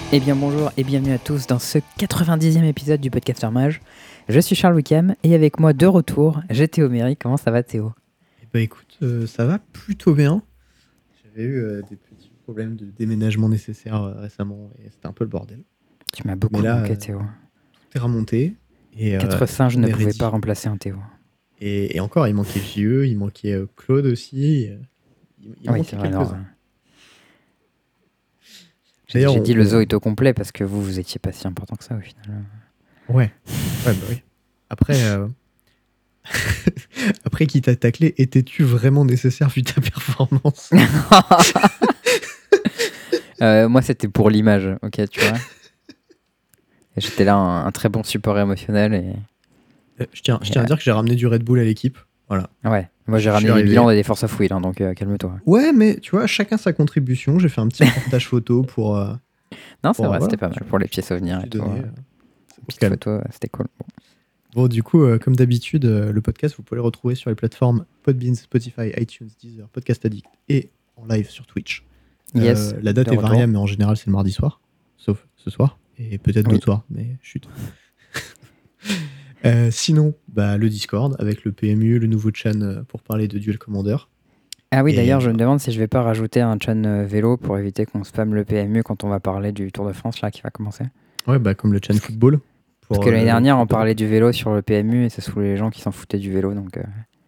Eh bien bonjour et bienvenue à tous dans ce 90e épisode du Podcaster Mage. Je suis Charles Wickham et avec moi de retour, j'ai Théo Méry. Comment ça va Théo ? Eh ben écoute, ça va plutôt bien. J'avais eu des petits problèmes de déménagement nécessaires récemment et c'était un peu le bordel. Tu m'as beaucoup Mais là, manqué Théo. tout est remonté et 4 singes on ne est pouvaient ready. pas remplacer un Théo. Et encore, il manquait JE, il manquait Claude aussi. Il en Oui c'est manquait vrai, non. quelques-uns. J'ai D'ailleurs, dit le zoo est au complet parce que vous étiez pas si important que ça au final. ouais, bah oui. Après, après qui t'a taclé, étais-tu vraiment nécessaire vu ta performance? Moi c'était pour l'image, ok tu vois. Et j'étais là un très bon support émotionnel et... Je tiens à dire que j'ai ramené du Red Bull à l'équipe. Voilà. Ouais, moi j'ai Je ramené suis des arrivé. bilans et des forces of will, hein, donc calme-toi. Ouais, mais tu vois, chacun sa contribution. J'ai fait un petit reportage photo pour. Non c'est vrai, Voilà, c'était pas mal pour les pieds souvenirs et tout. C'est Petite calme. photo, c'était cool. Bon, du coup, comme d'habitude, le podcast, vous pouvez le retrouver sur les plateformes Podbean, Spotify, iTunes, Deezer, Podcast Addict et en live sur Twitch. Yes, La date de est retour. variable, mais en général, c'est le mardi soir, sauf ce soir, et peut-être Oui. d'autres soirs, mais chut. Sinon, le Discord avec le PMU, le nouveau chan pour parler de Duel Commander. Ah oui, Et, d'ailleurs, je me demande si je vais pas rajouter un chan vélo pour éviter qu'on spamme le PMU quand on va parler du Tour de France là qui va commencer. Ouais, comme le chan football. Parce que l'année dernière, on parlait du vélo sur le PMU et ça saoulait les gens qui s'en foutaient du vélo. Donc,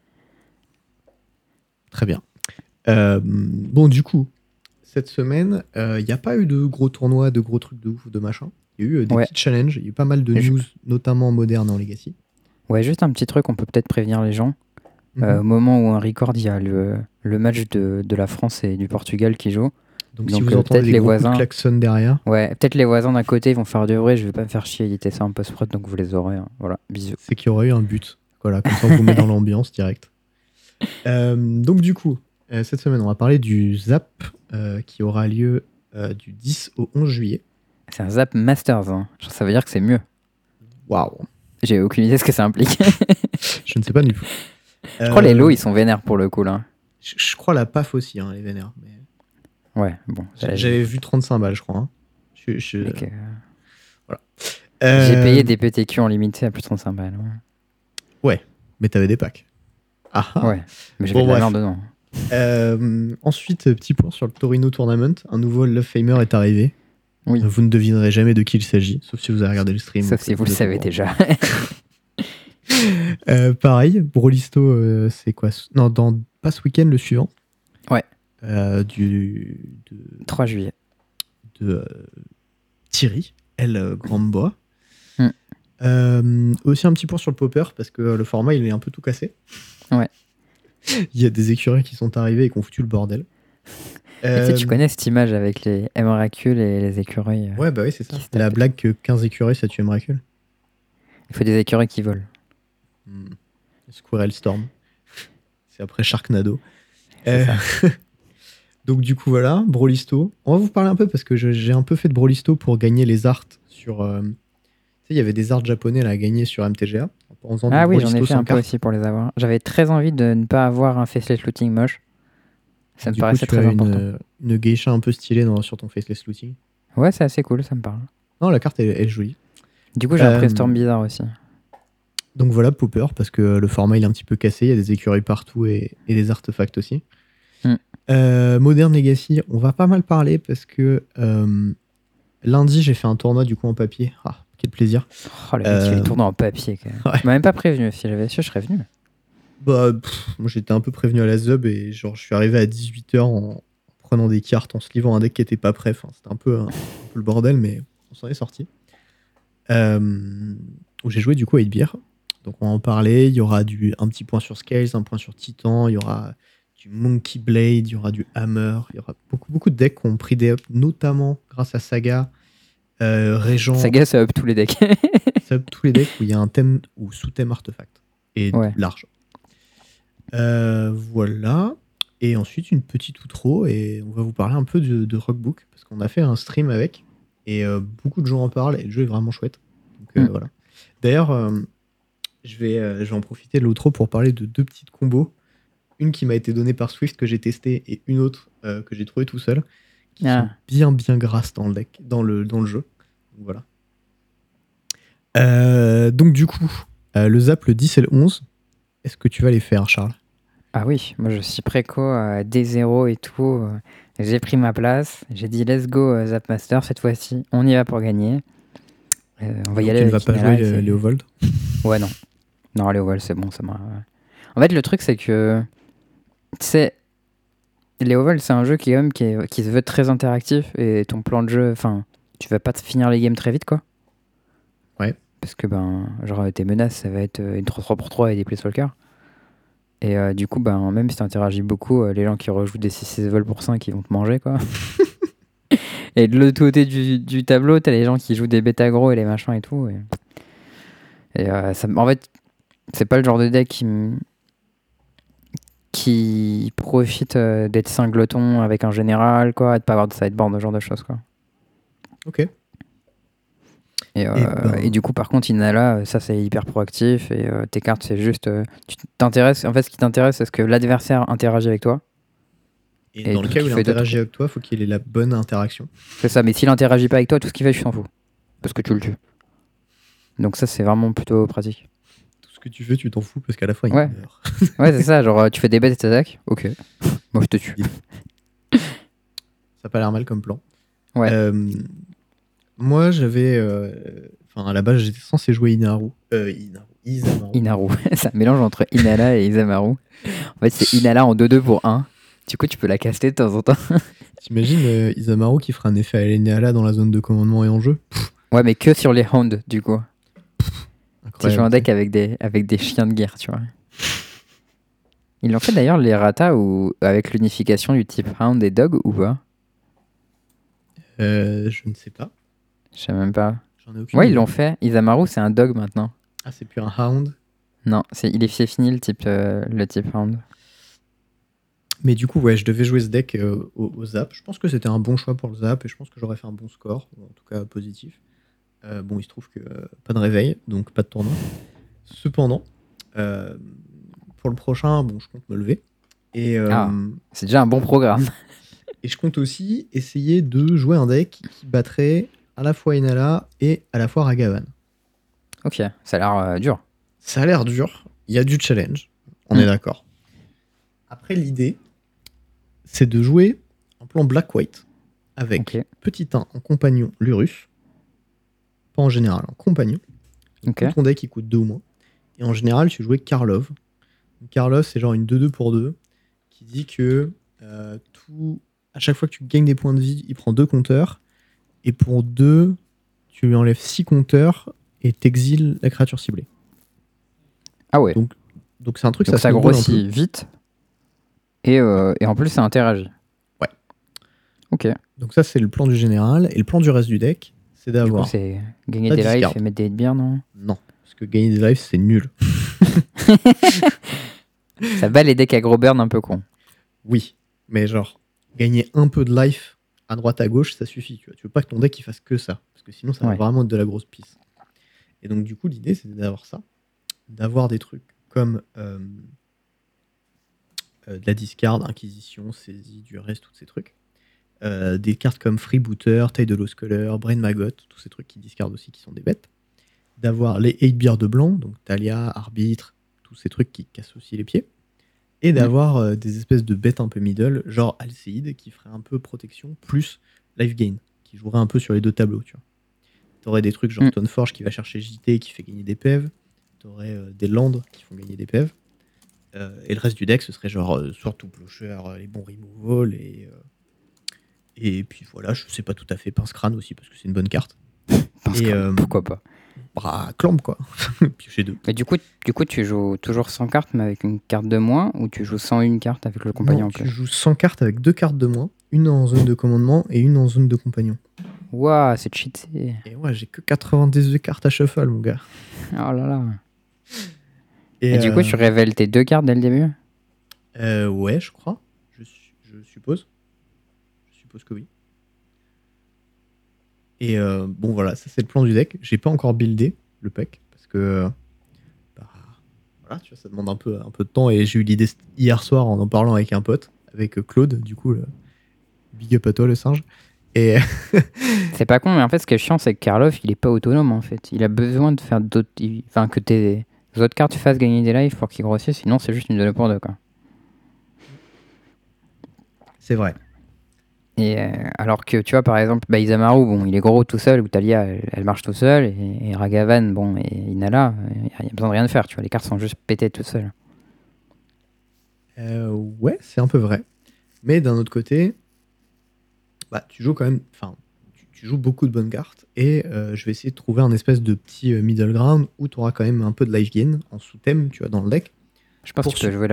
Très bien. Bon, du coup, cette semaine, il n'y a pas eu de gros tournois, de gros trucs de ouf, de machin. Il y a eu des petits challenges, il y a eu pas mal de news, notamment modernes en Legacy. Ouais, juste un petit truc, on peut peut-être prévenir les gens. Au moment où on record, il y a le match de la France et du Portugal qui joue. Donc si vous entendez des gros coups de klaxon derrière... Ouais, peut-être les voisins d'un côté, ils vont faire du bruit, je vais pas me faire chier éditer ça en post-prod, donc vous les aurez. Hein. Voilà, bisous. C'est qu'il y aurait eu un but. Voilà, comme ça on vous met dans l'ambiance direct. Donc du coup, cette semaine, on va parler du Zap qui aura lieu du 10 au 11 juillet. C'est un Zap Masters, hein. Ça veut dire que c'est mieux. Waouh. J'ai aucune idée de ce que ça implique. Je ne sais pas du tout. Je crois les lots, ils sont vénères pour le coup, là. Je crois la PAF aussi, hein, les vénères. Mais... Ouais, bon. J'avais vu 35 balles, je crois. Hein. Voilà. J'ai payé des PTQ en limité à plus de 35 balles. Ouais, mais t'avais des packs. Ah. Ouais, mais j'avais de la merde dedans. Ensuite, petit point sur le Torino Tournament. Un nouveau Love Famer est arrivé. Oui. Vous ne devinerez jamais de qui il s'agit, sauf si vous avez regardé le stream. Sauf si vous le savez déjà. Pareil, Brolisto, c'est quoi? Non, pas ce week-end, le suivant. Ouais. 3 juillet. De Thierry, L. Grandbois. Mm. Aussi un petit point sur le popper, parce que le format, il est un peu tout cassé. Ouais. Il y a des écureuils qui sont arrivés et qui ont foutu le bordel. Tu connais cette image avec les Emrakul et les écureuils. Ouais, bah oui, c'est ça. La blague que 15 écureuils, ça tue Emrakul. Il faut des écureuils qui volent. Squirrel Storm. C'est après Sharknado. C'est ça. Donc du coup, voilà, Brolisto. On va vous parler un peu parce que j'ai un peu fait de Brolisto pour gagner les arts sur... tu sais, il y avait des arts japonais là, à gagner sur MTGA. Ah oui, j'en ai fait un peu aussi pour les avoir. J'avais très envie de ne pas avoir un faceless looting moche. Ça me paraissait très important. Une geisha un peu stylée sur ton faceless looting. Ouais, c'est assez cool, ça me parle. Non, la carte elle est jolie. Du coup, j'ai un Prestorm bizarre aussi. Donc voilà, Popper, parce que le format il est un petit peu cassé, il y a des écureuils partout et des artefacts aussi. Modern Legacy, on va pas mal parler parce que lundi j'ai fait un tournoi du coup en papier. Ah, quel plaisir. Oh, le mec qui fait les tournois en papier quand même. Ouais. Tu m'as même pas prévenu, si j'avais su, je serais venu. Moi j'étais un peu prévenu à la Zub et genre je suis arrivé à 18h en prenant des cartes, en se livrant un deck qui était pas prêt. Enfin, c'était un peu le bordel, mais on s'en est sorti. Où j'ai joué du coup à 8 Donc on va en parler. Il y aura un petit point sur Scales, un point sur Titan, il y aura du Monkey Blade, il y aura du Hammer, il y aura beaucoup de decks qui ont pris des ups, notamment grâce à Saga, Régent. Saga, ça up tous les decks. Ça up tous les decks où il y a un thème ou sous-thème artefact. Et large. Voilà. Et ensuite, une petite outro, et on va vous parler un peu de Rockbook, parce qu'on a fait un stream avec, et beaucoup de gens en parlent, et le jeu est vraiment chouette. Donc voilà. D'ailleurs, je vais en profiter de l'outro pour parler de 2 petites combos. Une qui m'a été donnée par Swift que j'ai testée, et une autre que j'ai trouvée tout seul, qui sont bien grasses dans le deck, dans le jeu. Donc, voilà. Donc du coup, le zap, le 10 et le 11, est-ce que tu vas les faire, Charles? Ah oui, moi je suis préco D0 et tout. J'ai pris ma place. J'ai dit let's go Zapmaster cette fois-ci. On y va pour gagner. On va y Donc aller tu ne vas avec pas Inala. jouer Léovold? Ouais, non. Non, Léovold, c'est bon, ça m'a. En fait, le truc, c'est que. Tu sais, Léovold, c'est un jeu qui, qui se veut très interactif et ton plan de jeu. Enfin, tu vas pas te finir les games très vite, quoi. Ouais. Parce que, genre, tes menaces, ça va être une 3-3 pour 3 et des Planeswalkers. Et du coup, même si tu interagis beaucoup, les gens qui rejouent des 6-6 vols pour 5, ils vont te manger, quoi. Et de l'autre côté du tableau, t'as les gens qui jouent des bêta gros et les machins et tout. En fait, c'est pas le genre de deck qui profite d'être singleton avec un général, quoi, et de pas avoir de sideboard, ce genre de choses, quoi. Ok. Et du coup, par contre, Inala, ça c'est hyper proactif et tes cartes, c'est juste. Tu t'intéresses. En fait, ce qui t'intéresse, c'est ce que l'adversaire interagit avec toi. Et dans le cas où il interagit avec toi, faut qu'il ait la bonne interaction. C'est ça, mais s'il interagit pas avec toi, tout ce qu'il fait, je t'en fous. Parce que tu le tues. Donc, ça, c'est vraiment plutôt pratique. Tout ce que tu fais, tu t'en fous parce qu'à la fin, il Ouais. meurt. Ouais, c'est ça. Genre, tu fais des bêtes et t'attaques. Ok. Moi, je te tue. Ça a pas l'air mal comme plan. Ouais. Moi, j'avais. Enfin, à la base, j'étais censé jouer Isamaru. Inaru. C'est un mélange entre Inala et Isamaru. En fait, c'est Inala en 2-2 pour 1. Du coup, tu peux la caster de temps en temps. T'imagines Isamaru qui fera un effet à Elenala dans la zone de commandement et en jeu? Ouais, mais que sur les hounds, du coup. Tu joues un deck ça. avec des chiens de guerre, tu vois. Ils l'ont fait d'ailleurs, les Rata, ou avec l'unification du type hound et dog, ou pas? Je ne sais pas. Je sais même pas. J'en ai aucune Ouais, idée. ils l'ont fait. Isamaru, c'est un dog maintenant. Ah, c'est plus un hound. Non, c'est fini le type hound. Mais du coup, ouais, je devais jouer ce deck au zap. Je pense que c'était un bon choix pour le zap et je pense que j'aurais fait un bon score, ou en tout cas positif. Bon, il se trouve que pas de réveil, donc pas de tournoi. Cependant, pour le prochain, bon, je compte me lever. Et, c'est déjà un bon programme. Et je compte aussi essayer de jouer un deck qui battrait à la fois Inala et à la fois Ragavan. Ok, ça a l'air dur. Ça a l'air dur. Il y a du challenge. On est d'accord. Après, l'idée, c'est de jouer en plan black-white avec petit 1 en compagnon Lurus. Pas en général, en compagnon. Donc, ton deck, il coûte 2 ou moins. Et en général, tu jouais Karlov. Karlov, c'est genre une 2-2 pour 2 qui dit que à chaque fois que tu gagnes des points de vie, il prend 2 compteurs. Et pour 2, tu lui enlèves 6 compteurs et t'exiles la créature ciblée. Ah ouais. Donc c'est un truc, donc ça grossit vite. Et en plus, ça interagit. Ouais. Ok. Donc ça, c'est le plan du général. Et le plan du reste du deck, c'est d'avoir... Du coup, c'est gagner des lives et mettre des bières, non? Non, parce que gagner des lives, c'est nul. Ça bat les decks à gros burn un peu con. Oui, mais genre, gagner un peu de life à droite à gauche, ça suffit. Tu veux pas que ton deck il fasse que ça, parce que sinon ça va vraiment être de la grosse pisse. Et donc du coup, l'idée, c'est d'avoir ça, d'avoir des trucs comme de la discard, inquisition, saisie, duresse, tous ces trucs. Des cartes comme Freebooter, Taille de Lost Color, Brain Maggot, tous ces trucs qui discardent aussi, qui sont des bêtes. D'avoir les 8 bières de blanc, donc Talia, Arbitre, tous ces trucs qui cassent aussi les pieds. Et d'avoir des espèces de bêtes un peu middle, genre Alcéide, qui ferait un peu protection, plus life gain, qui jouerait un peu sur les deux tableaux, tu vois. T'aurais des trucs genre Stoneforge qui va chercher JT, qui fait gagner des PEV. T'aurais des lands qui font gagner des PEV. Et le reste du deck, ce serait genre surtout Plocher, les bons removal, et puis voilà, je sais pas tout à fait, Pince Crâne aussi, parce que c'est une bonne carte. Pourquoi pas? Clamp, quoi. Piocher 2. Mais du coup, tu joues toujours 100 cartes, mais avec une carte de moins, ou tu joues 101 cartes avec le compagnon? Non, tu joues 100 cartes avec 2 cartes de moins, une en zone de commandement et une en zone de compagnon. Waouh, c'est cheaté. Et ouais, j'ai que 92 cartes à shuffle, mon gars. Oh là là. Et du coup, tu révèles tes 2 cartes dès le début? Ouais, je crois. Je suppose. Je suppose que oui. Et bon, voilà, ça c'est le plan du deck. J'ai pas encore buildé le pack parce que voilà, tu vois, ça demande un peu de temps. Et j'ai eu l'idée hier soir en parlant avec un pote, avec Claude, du coup, Big up à toi, le singe. Et C'est pas con, mais en fait, ce qui est chiant, c'est que Karlov, il est pas autonome en fait. Il a besoin de faire d'autres. Enfin, que tes autres cartes fassent gagner des lives pour qu'il grossisse, sinon c'est juste une 2 pour 2 quoi. c'est vrai. Et alors que tu vois, par exemple, Isamaru, bon, il est gros tout seul, ou Talia, elle marche tout seul, et Ragavan, bon, et Inala, il n'y a besoin de rien de faire, tu vois, les cartes sont juste pétées tout seules. Ouais, c'est un peu vrai. Mais d'un autre côté, bah, tu joues quand même. Enfin, tu joues beaucoup de bonnes cartes. Et je vais essayer de trouver un espèce de petit middle ground où tu auras quand même un peu de life gain en sous-thème, tu vois, dans le deck. Je pense que Pour tu peux jouer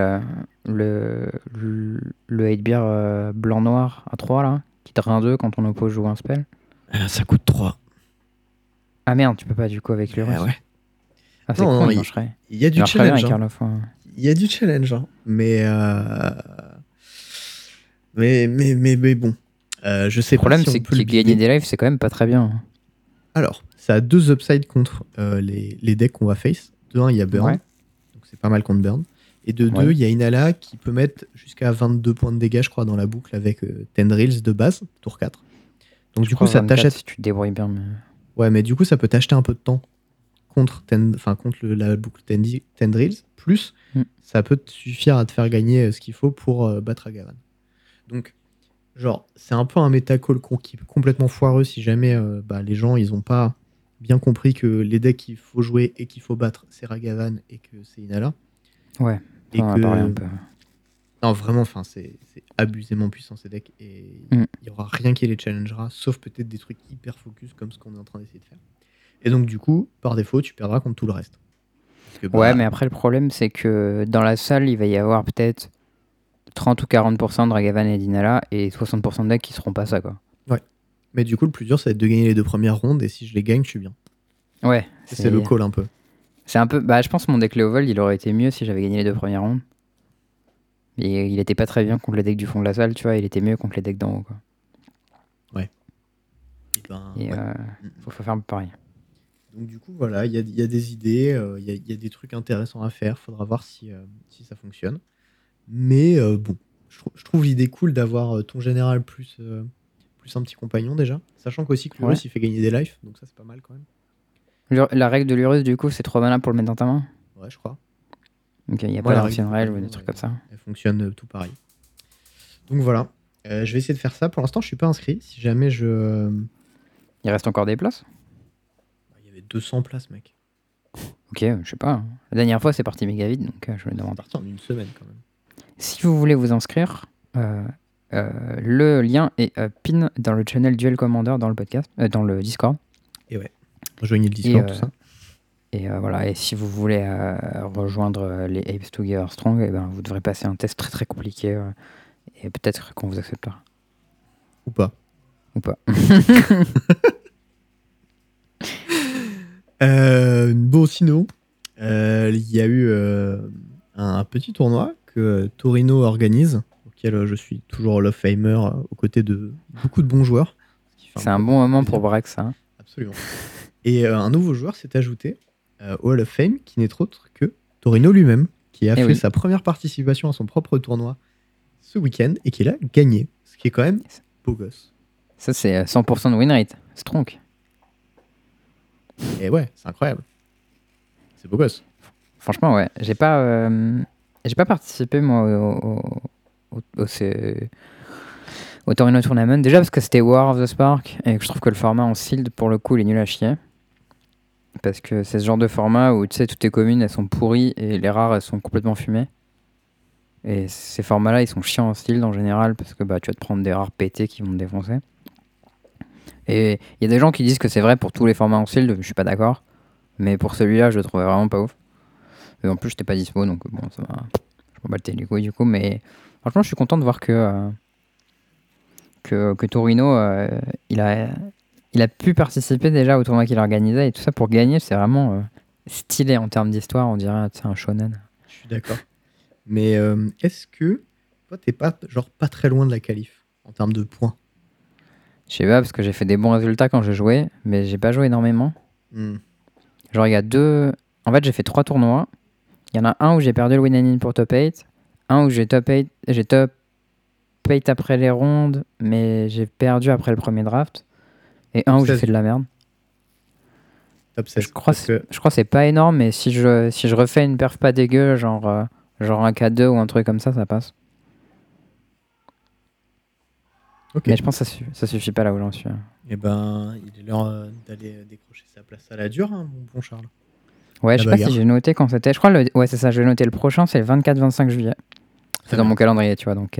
le 8-beer blanc-noir à 3 là, qui te un 2 quand ton oppo joue un spell. Ça coûte 3. Ah merde, tu peux pas du coup avec le russe. Ouais. Ah, c'est Non, con, non, il marcherait. il y a Il du marcherait bien challenge. avec Hein. Karlov. Hein. Il y a du challenge. Hein. Mais bon. Je sais Le problème, pas si c'est on peut le que gagner builder. des lives, c'est quand même pas très bien. Hein. Alors, ça a 2 upsides contre les decks qu'on va face. De 1, il y a Burn. Ouais. Donc c'est pas mal contre Burn. Et de 2, Ouais. il y a Inala qui peut mettre jusqu'à 22 points de dégâts, je crois, dans la boucle avec Tendrils de base, tour 4. Donc Je du coup, crois ça 24 t'achète. si tu te débrouilles bien. Mais... Ouais, mais du coup, ça peut t'acheter un peu de temps contre la boucle Tendrils. Plus, ça peut te suffire à te faire gagner ce qu'il faut pour battre Ragavan. Donc, genre, c'est un peu un méta-call qui est complètement foireux si jamais les gens, ils ont pas bien compris que les decks qu'il faut jouer et qu'il faut battre, c'est Ragavan et que c'est Inala. Ouais, Et on en a parlé un que... peu. Non, vraiment, c'est abusément puissant ces decks et il y aura rien qui les challengera, sauf peut-être des trucs hyper focus comme ce qu'on est en train d'essayer de faire. Et donc, du coup, par défaut, tu perdras contre tout le reste. Parce que, Ouais, mais après, le problème, c'est que dans la salle, il va y avoir peut-être 30 ou 40% de Ragavan et d'Inala et 60% de decks qui seront pas ça, quoi. Ouais. Mais du coup, le plus dur, ça va être de gagner les 2 premières rondes et si je les gagne, je suis bien. Ouais. C'est le call un peu. C'est un peu. Bah, je pense que mon deck Léovold, il aurait été mieux si j'avais gagné les 2 premières rondes. Et il était pas très bien contre les decks du fond de la salle, tu vois. Il était mieux contre les decks d'en haut, quoi. Ouais. Et faut faire pareil. Donc du coup, voilà, il y a des idées, il y a des trucs intéressants à faire. Faudra voir si ça fonctionne. Mais bon, je trouve l'idée cool d'avoir ton général plus un petit compagnon déjà. Sachant qu'aussi que l'Urus, il fait gagner des lives. Donc ça, c'est pas mal quand même. La règle de l'Urus, du coup, c'est 3 mana pour le mettre dans ta main. Ouais, je crois. Donc il n'y a Moi, pas la d'ancienne règle ou compagnon, des trucs comme ça. Elle fonctionne tout pareil. Donc voilà. Je vais essayer de faire ça. Pour l'instant, je suis pas inscrit. Si jamais je... Il reste encore des places ? Il y avait 200 places, mec. Ok, je sais pas. La dernière fois, c'est parti méga vite, donc je me demande. C'est parti en une semaine quand même. Si vous voulez vous inscrire, le lien est pin dans le channel Duel Commander dans le podcast, dans le Discord. Et ouais. Rejoignez le Discord, tout ça. Et voilà, et si vous voulez rejoindre les Apes Together Strong, eh ben, vous devrez passer un test très très compliqué et peut-être qu'on vous acceptera. Ou pas. Ou pas. Bon, sinon, il y a eu un petit tournoi que Torino organise, auquel je suis toujours Hall of Famer aux côtés de beaucoup de bons joueurs. C'est un bon moment pour Brax, ça. Absolument. Et un nouveau joueur s'est ajouté au Hall of Fame, qui n'est autre que Torino lui-même, qui a fait sa première participation à son propre tournoi ce week-end et qui l'a gagné, ce qui est quand même beau gosse. Ça, c'est 100% de win rate. Strong. Et ouais, c'est incroyable. C'est beau gosse. Franchement, ouais. J'ai pas participé, moi, au Torino Tournament. Déjà parce que c'était War of the Spark et que je trouve que le format en sealed, pour le coup, il est nul à chier. Parce que c'est ce genre de format où, tu sais, toutes tes communes, elles sont pourries et les rares, elles sont complètement fumées. Et ces formats-là, ils sont chiants en sealed en général parce que tu vas te prendre des rares pétés qui vont te défoncer. Et il y a des gens qui disent que c'est vrai pour tous les formats en sealed, je suis pas d'accord. Mais pour celui-là, je le trouvais vraiment pas ouf. Et en plus, j'étais pas dispo, donc bon, ça va. Je m'en battais du coup. Mais franchement, je suis content de voir que Torino, il a pu participer déjà au tournoi qu'il organisait et tout ça pour gagner. C'est vraiment stylé en termes d'histoire. On dirait c'est un shonen. Je suis d'accord. Mais est-ce que toi, t'es pas très loin de la qualif en termes de points? Je sais pas, parce que j'ai fait des bons résultats quand j'ai joué, mais j'ai pas joué énormément. Genre, il y a deux. En fait, j'ai fait 3 tournois. Il y en a un où j'ai perdu le win and in pour top 8, un où j'ai top payed après les rondes, mais j'ai perdu après le premier draft. Et un Top où j'ai 16, fait de la merde. top Je 16. crois, Parce que je crois que c'est pas énorme, mais si je refais une perf pas dégueu, genre un K2 ou un truc comme ça passe. ok. Mais je pense que ça suffit pas là où j'en suis. Eh ben, il est l'heure d'aller décrocher sa place à la dure, hein, mon bon Charles. Ouais, La je sais pas si bagarre. j'ai noté quand c'était. Je crois ouais, c'est ça, je vais noter le prochain, c'est le 24-25 juillet. Très C'est dans bien. mon calendrier, tu vois, donc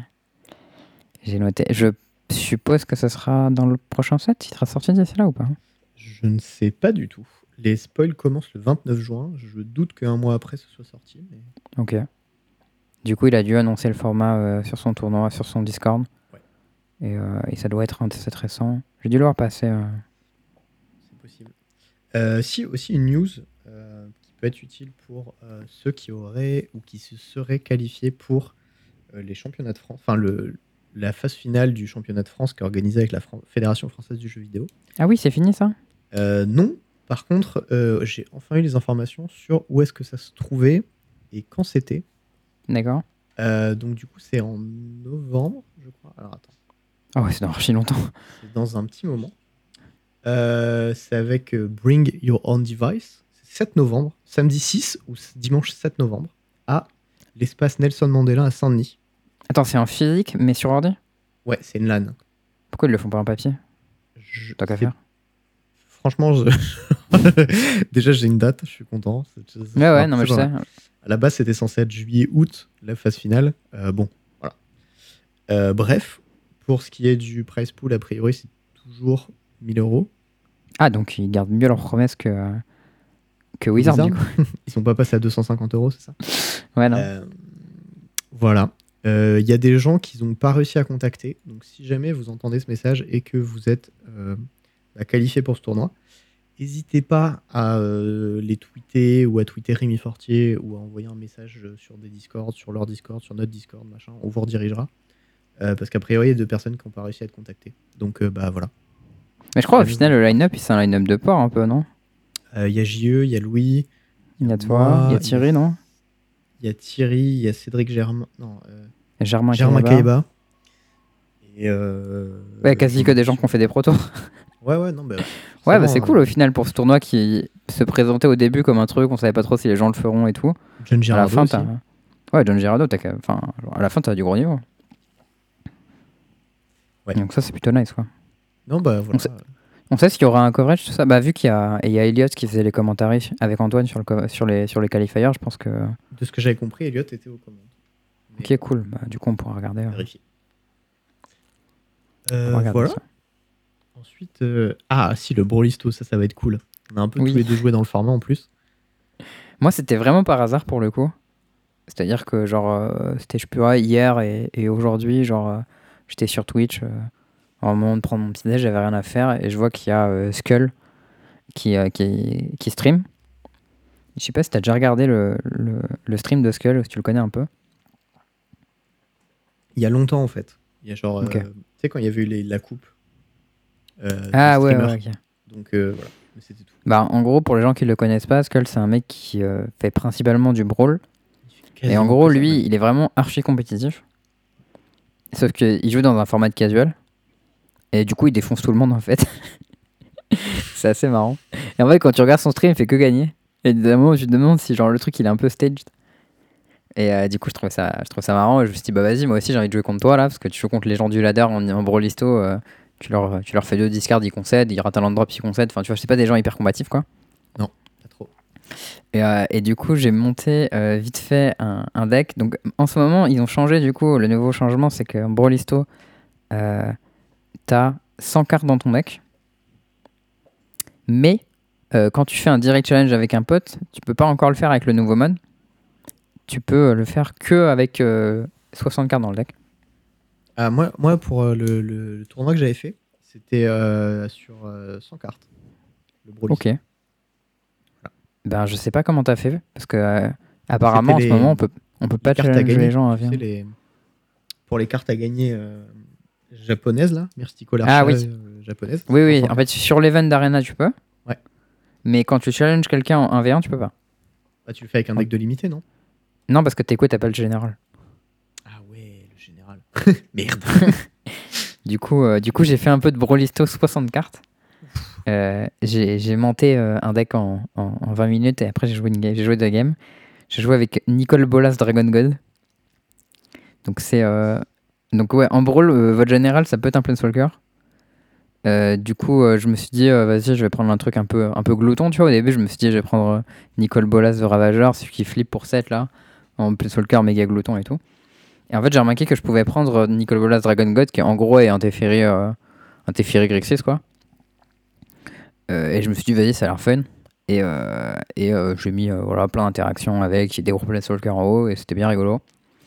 j'ai noté. Je suppose que ce sera dans le prochain set. Il sera sorti d'ici là ou pas? Je ne sais pas du tout. Les spoils commencent le 29 juin. Je doute qu'un mois après ce soit sorti. Mais... Ok. Du coup, il a dû annoncer le format sur son tournoi, sur son Discord. Ouais. Et ça doit être un set récent. J'ai dû le voir passer. C'est possible. Si, aussi une news qui peut être utile pour ceux qui auraient ou qui se seraient qualifiés pour les championnats de France. Enfin, la phase finale du championnat de France qui est organisée avec la Fédération française du jeu vidéo. Ah oui, c'est fini ça? Non. Par contre, j'ai enfin eu les informations sur où est-ce que ça se trouvait et quand c'était. D'accord. Donc du coup, c'est en novembre, je crois. Alors attends, Ah ouais, c'est dans archi longtemps. c'est dans un petit moment. C'est avec Bring Your Own Device. C'est 7 novembre, samedi 6 ou dimanche 7 novembre, à l'espace Nelson Mandela à Saint-Denis. Attends, c'est en physique, mais sur ordi? Ouais, c'est une LAN. Pourquoi ils le font pas en papier? Tant qu'à C'est- faire. Franchement, déjà j'ai une date, je suis content. Ouais, ouais, non, mais je sais. À la base, c'était censé être juillet-août, la phase finale. Bon, voilà. Bref, pour ce qui est du price pool, a priori, c'est toujours 1000 euros. Ah, donc ils gardent mieux leurs promesses que Wizard, du coup. Ils sont pas passés à 250 euros, c'est ça? Ouais, non. Voilà. Il y a des gens qui n'ont pas réussi à contacter. Donc, si jamais vous entendez ce message et que vous êtes qualifié pour ce tournoi, n'hésitez pas à les tweeter ou à tweeter Rémi Fortier ou à envoyer un message sur des Discord, sur leur Discord, sur notre Discord, machin. On vous redirigera. Parce qu'a priori, il y a 2 personnes qui n'ont pas réussi à être contactées. Donc, voilà. Mais je crois au final, le line-up, c'est un line-up de port un peu, non? Il y a JE, il y a Louis. Il y a toi, il y a Thierry, non? Il y a Thierry, il y a Cédric Germain. Non, Germain Germain Cailleba. Et Ouais, quasi que des gens qui ont fait des protos. Ouais, non, bah, Ouais, bah c'est cool au final pour ce tournoi qui se présentait au début comme un truc, on savait pas trop si les gens le feront et tout. John À la Girardeau fin, aussi. Ouais, John Girardeau, enfin, à la fin, t'as du gros niveau. Ouais. Donc ça, c'est plutôt nice, quoi. Non, bah voilà. On sait s'il y aura un coverage, tout ça. Bah, vu qu'il y a Elliot qui faisait les commentaires avec Antoine sur les qualifiers, je pense que. De ce que j'avais compris, Elliot était aux commandes. Ok, cool. Bah, du coup, on pourra regarder. Vérifier. On pourra regarder Voilà. ça. Ensuite, si, le Brolisto, ça va être cool. On a un peu Oui. tous les deux joué dans le format en plus. Moi, c'était vraiment par hasard pour le coup. C'est-à-dire que, genre, c'était, je sais pas, hier et aujourd'hui, genre, j'étais sur Twitch. Au moment de prendre mon petit déj, j'avais rien à faire et je vois qu'il y a Skull qui stream. Je sais pas si t'as déjà regardé le stream de Skull, si tu le connais un peu. Il y a longtemps, en fait. Il y a genre, Ok. tu sais, quand il y avait eu la coupe. Ah des ouais, streamers. ok. Donc voilà, mais c'était tout. Bah, en gros, pour les gens qui le connaissent pas, Skull, c'est un mec qui fait principalement du brawl. Et en gros, lui, il est vraiment archi compétitif. Sauf qu'il joue dans un format de casual. Et du coup, il défonce tout le monde en fait. C'est assez marrant. Et en fait, quand tu regardes son stream, il fait que gagner. Et d'un moment, je te demande si genre le truc il est un peu staged. Et du coup, je trouve ça marrant. Et je me suis dit, bah vas-y, moi aussi j'ai envie de jouer contre toi là. Parce que tu joues contre les gens du ladder en Brolisto. Tu leur fais 2 discards, ils concèdent. Ils ratent un land drop, ils concèdent. Enfin, tu vois, c'est pas des gens hyper combatifs quoi. Non, pas trop. Et du coup, j'ai monté vite fait un deck. Donc en ce moment, ils ont changé du coup. Le nouveau changement, c'est qu'en Brolisto, t'as 100 cartes dans ton deck. Mais quand tu fais un direct challenge avec un pote, tu peux pas encore le faire avec le nouveau mode. Tu peux le faire que avec 60 cartes dans le deck. Ah, moi pour le tournoi que j'avais fait, c'était sur 100 cartes. Le Brolisto. Ok. Ben, je sais pas comment t'as fait, parce que apparemment en ce moment on peut pas challenger les gens à tu viande. sais, pour les cartes à gagner japonaises là, Mystical Ah Archer oui. japonaise. Oui, 100 en fait sur l'event d'Arena tu peux. Ouais. Mais quand tu challenges quelqu'un en 1v1 tu peux pas. Bah, tu le fais avec un deck de limité, non? Non, parce que t'as pas le général. Ah ouais, le général. Merde. Du coup, j'ai fait un peu de Brolisto 60 cartes. J'ai monté un deck en 20 minutes et après j'ai joué 2 games. J'ai joué avec Nicole Bolas Dragon God. Donc donc ouais, en brawl, votre général ça peut être un Planeswalker. Du coup, je me suis dit, vas-y, je vais prendre un truc un peu glouton, tu vois. Au début, je me suis dit, je vais prendre Nicole Bolas The Ravageur, celui qui flippe pour 7 là, en Planeswalker méga glouton et tout. Et en fait, j'ai remarqué que je pouvais prendre Nicol Bolas Dragon God, qui en gros est un Teferi Grixis, quoi. Et je me suis dit, vas-y, ça a l'air fun. Et j'ai mis voilà, plein d'interactions avec des gros Planeswalkers en haut, et c'était bien rigolo.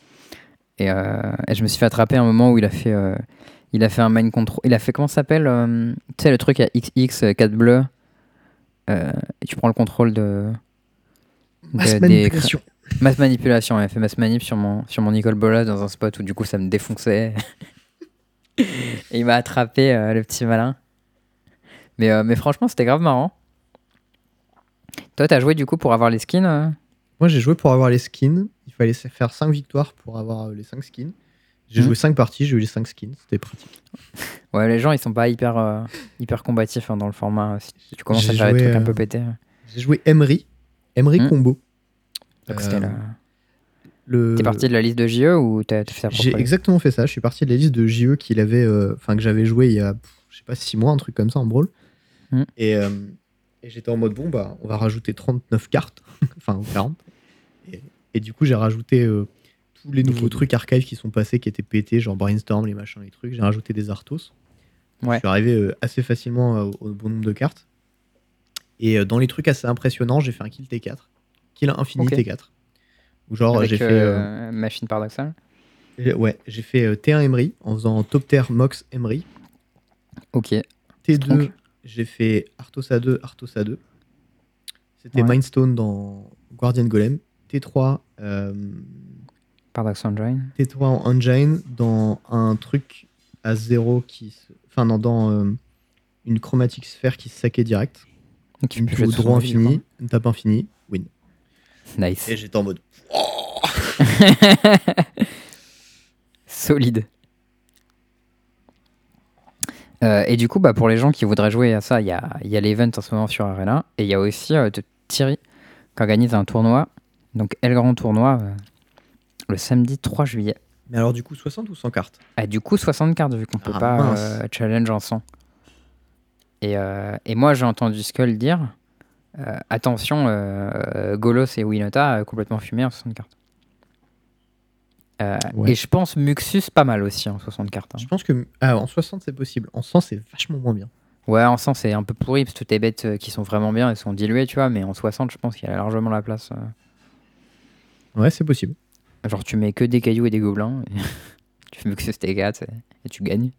Et je me suis fait attraper à un moment où il a fait un mind control. Il a fait, comment ça s'appelle tu sais, le truc à XX, 4 bleus. Et tu prends le contrôle Masse manipulation. Mass manipulation, il a fait mass manip sur mon Nicol Bolas dans un spot où du coup ça me défonçait. Et il m'a attrapé, le petit malin. Mais franchement, c'était grave marrant. Toi, t'as joué du coup pour avoir les skins Moi, j'ai joué pour avoir les skins. Il fallait faire 5 victoires pour avoir les 5 skins. J'ai joué 5 parties, j'ai eu les 5 skins. C'était pratique. Ouais, les gens, ils sont pas hyper combatifs dans le format. Si tu commences à faire des trucs un peu pétés. J'ai joué Emery combo. Donc c'était T'es parti de la liste de JE ou t'as fait ça pour J'ai exactement fait ça. Je suis parti de la liste de JE qu'il avait, que j'avais joué il y a, je sais pas, 6 mois, un truc comme ça en brawl. Et j'étais en mode, bon, bah, on va rajouter 39 cartes, enfin 40. Et du coup, j'ai rajouté tous les nouveaux trucs archives qui sont passés, qui étaient pétés, genre Brainstorm, les machins, les trucs. J'ai rajouté des Arthos. Ouais. Je suis arrivé assez facilement au bon nombre de cartes. Et dans les trucs assez impressionnants, j'ai fait un kill T4. Kill infini T4. Où genre, avec j'ai fait. Machine paradoxale. Ouais, j'ai fait T1 Emery en faisant top tier Mox Emery. Ok. T2, j'ai fait Arthos A2, Arthos A2. C'était Mindstone dans Guardian Golem. T3. Paradox Engine. T3 en Engine dans un truc à 0 enfin, non, dans une chromatique sphère qui se saquait direct. Une touche droit infini, une tape infinie, win. Nice. Et j'étais en mode. Oh solide. Et du coup, bah, pour les gens qui voudraient jouer à ça, il y a l'event en ce moment sur Arena. Et il y a aussi Thierry qui organise un tournoi. Donc, El Grand Tournoi, le samedi 3 juillet. Mais alors, du coup, 60 ou 100 cartes Du coup, 60 cartes, vu qu'on peut pas challenge en 100. Et moi, j'ai entendu Skull dire attention, Golos et Winota complètement fumés en 60 cartes. Et je pense Muxus pas mal aussi en 60 cartes. Je pense que en 60 c'est possible. En 100 c'est vachement moins bien. Ouais, en 100 c'est un peu pourri parce que toutes les bêtes qui sont vraiment bien elles sont diluées, tu vois. Mais en 60 je pense qu'il y a largement la place. Ouais, c'est possible. Genre tu mets que des cailloux et des gobelins. Et tu fais Muxus T4 et tu gagnes.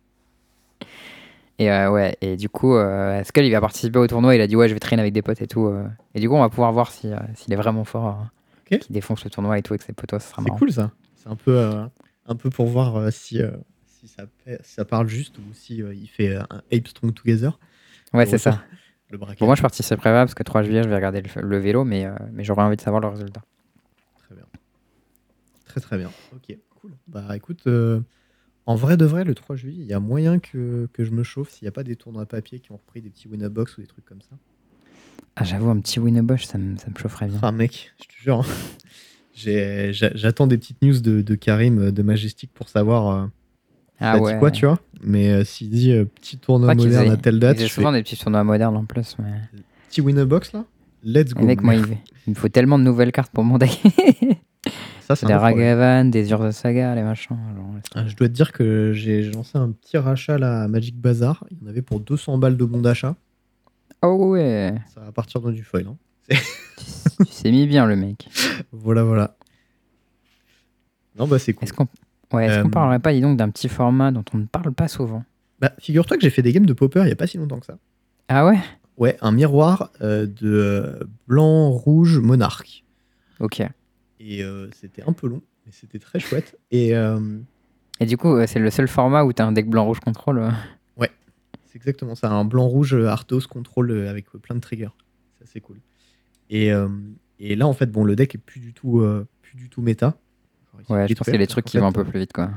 Et ouais, et du coup, Skull il va participer au tournoi. Il a dit ouais, je vais traîner avec des potes et tout. Et du coup, on va pouvoir voir s'il est vraiment fort. Qui défonce le tournoi et tout avec ses potos, ça sera marrant. C'est cool ça. C'est un peu pour voir si ça parle juste ou si il fait un Ape Strong Together. Ouais, c'est ça. Bon, moi je participerai pas parce que 3 juillet je vais regarder le vélo, mais j'aurais envie de savoir le résultat. Très bien. Très très bien. Ok, cool. Bah écoute, en vrai de vrai, le 3 juillet, il y a moyen que je me chauffe s'il n'y a pas des tournois papier qui ont repris des petits Winnerbox ou des trucs comme ça. Ah, j'avoue, un petit Winnerbox, ça me chaufferait bien. Ah mec, je te jure. J'attends des petites news de Karim de Majestic pour savoir dit quoi, tu vois. Mais s'il dit petit tournoi moderne à telle date. Il y a souvent des petits tournois modernes en plus. Mais... Petit Winnerbox là, let's go. Mec, moi, il me faut tellement de nouvelles cartes pour mon deck. Ça, c'est des Ragavan, des Urza Saga, les machins. Genre, je dois te dire que j'ai lancé un petit rachat là, à Magic Bazar. Il y en avait pour 200 balles de bon d'achat. Oh ouais. Ça va partir dans du foil. Hein. Tu s'est mis bien, le mec. Voilà. Non, bah c'est cool. Est-ce qu'on parlerait pas, dis donc, d'un petit format dont on ne parle pas souvent? Bah, figure-toi que j'ai fait des games de Pauper il n'y a pas si longtemps que ça. Ah ouais? Ouais, un miroir de blanc, rouge, monarque. Ok. Et c'était un peu long, mais c'était très chouette. Et du coup, c'est le seul format où tu as un deck blanc-rouge contrôle. Ouais, c'est exactement ça. Un blanc-rouge Arthos contrôle avec plein de triggers. Ça, c'est cool. Et là, en fait, bon, le deck est plus du tout méta. Ouais, je pense qu'il y a des trucs qui vont un peu plus vite, quoi.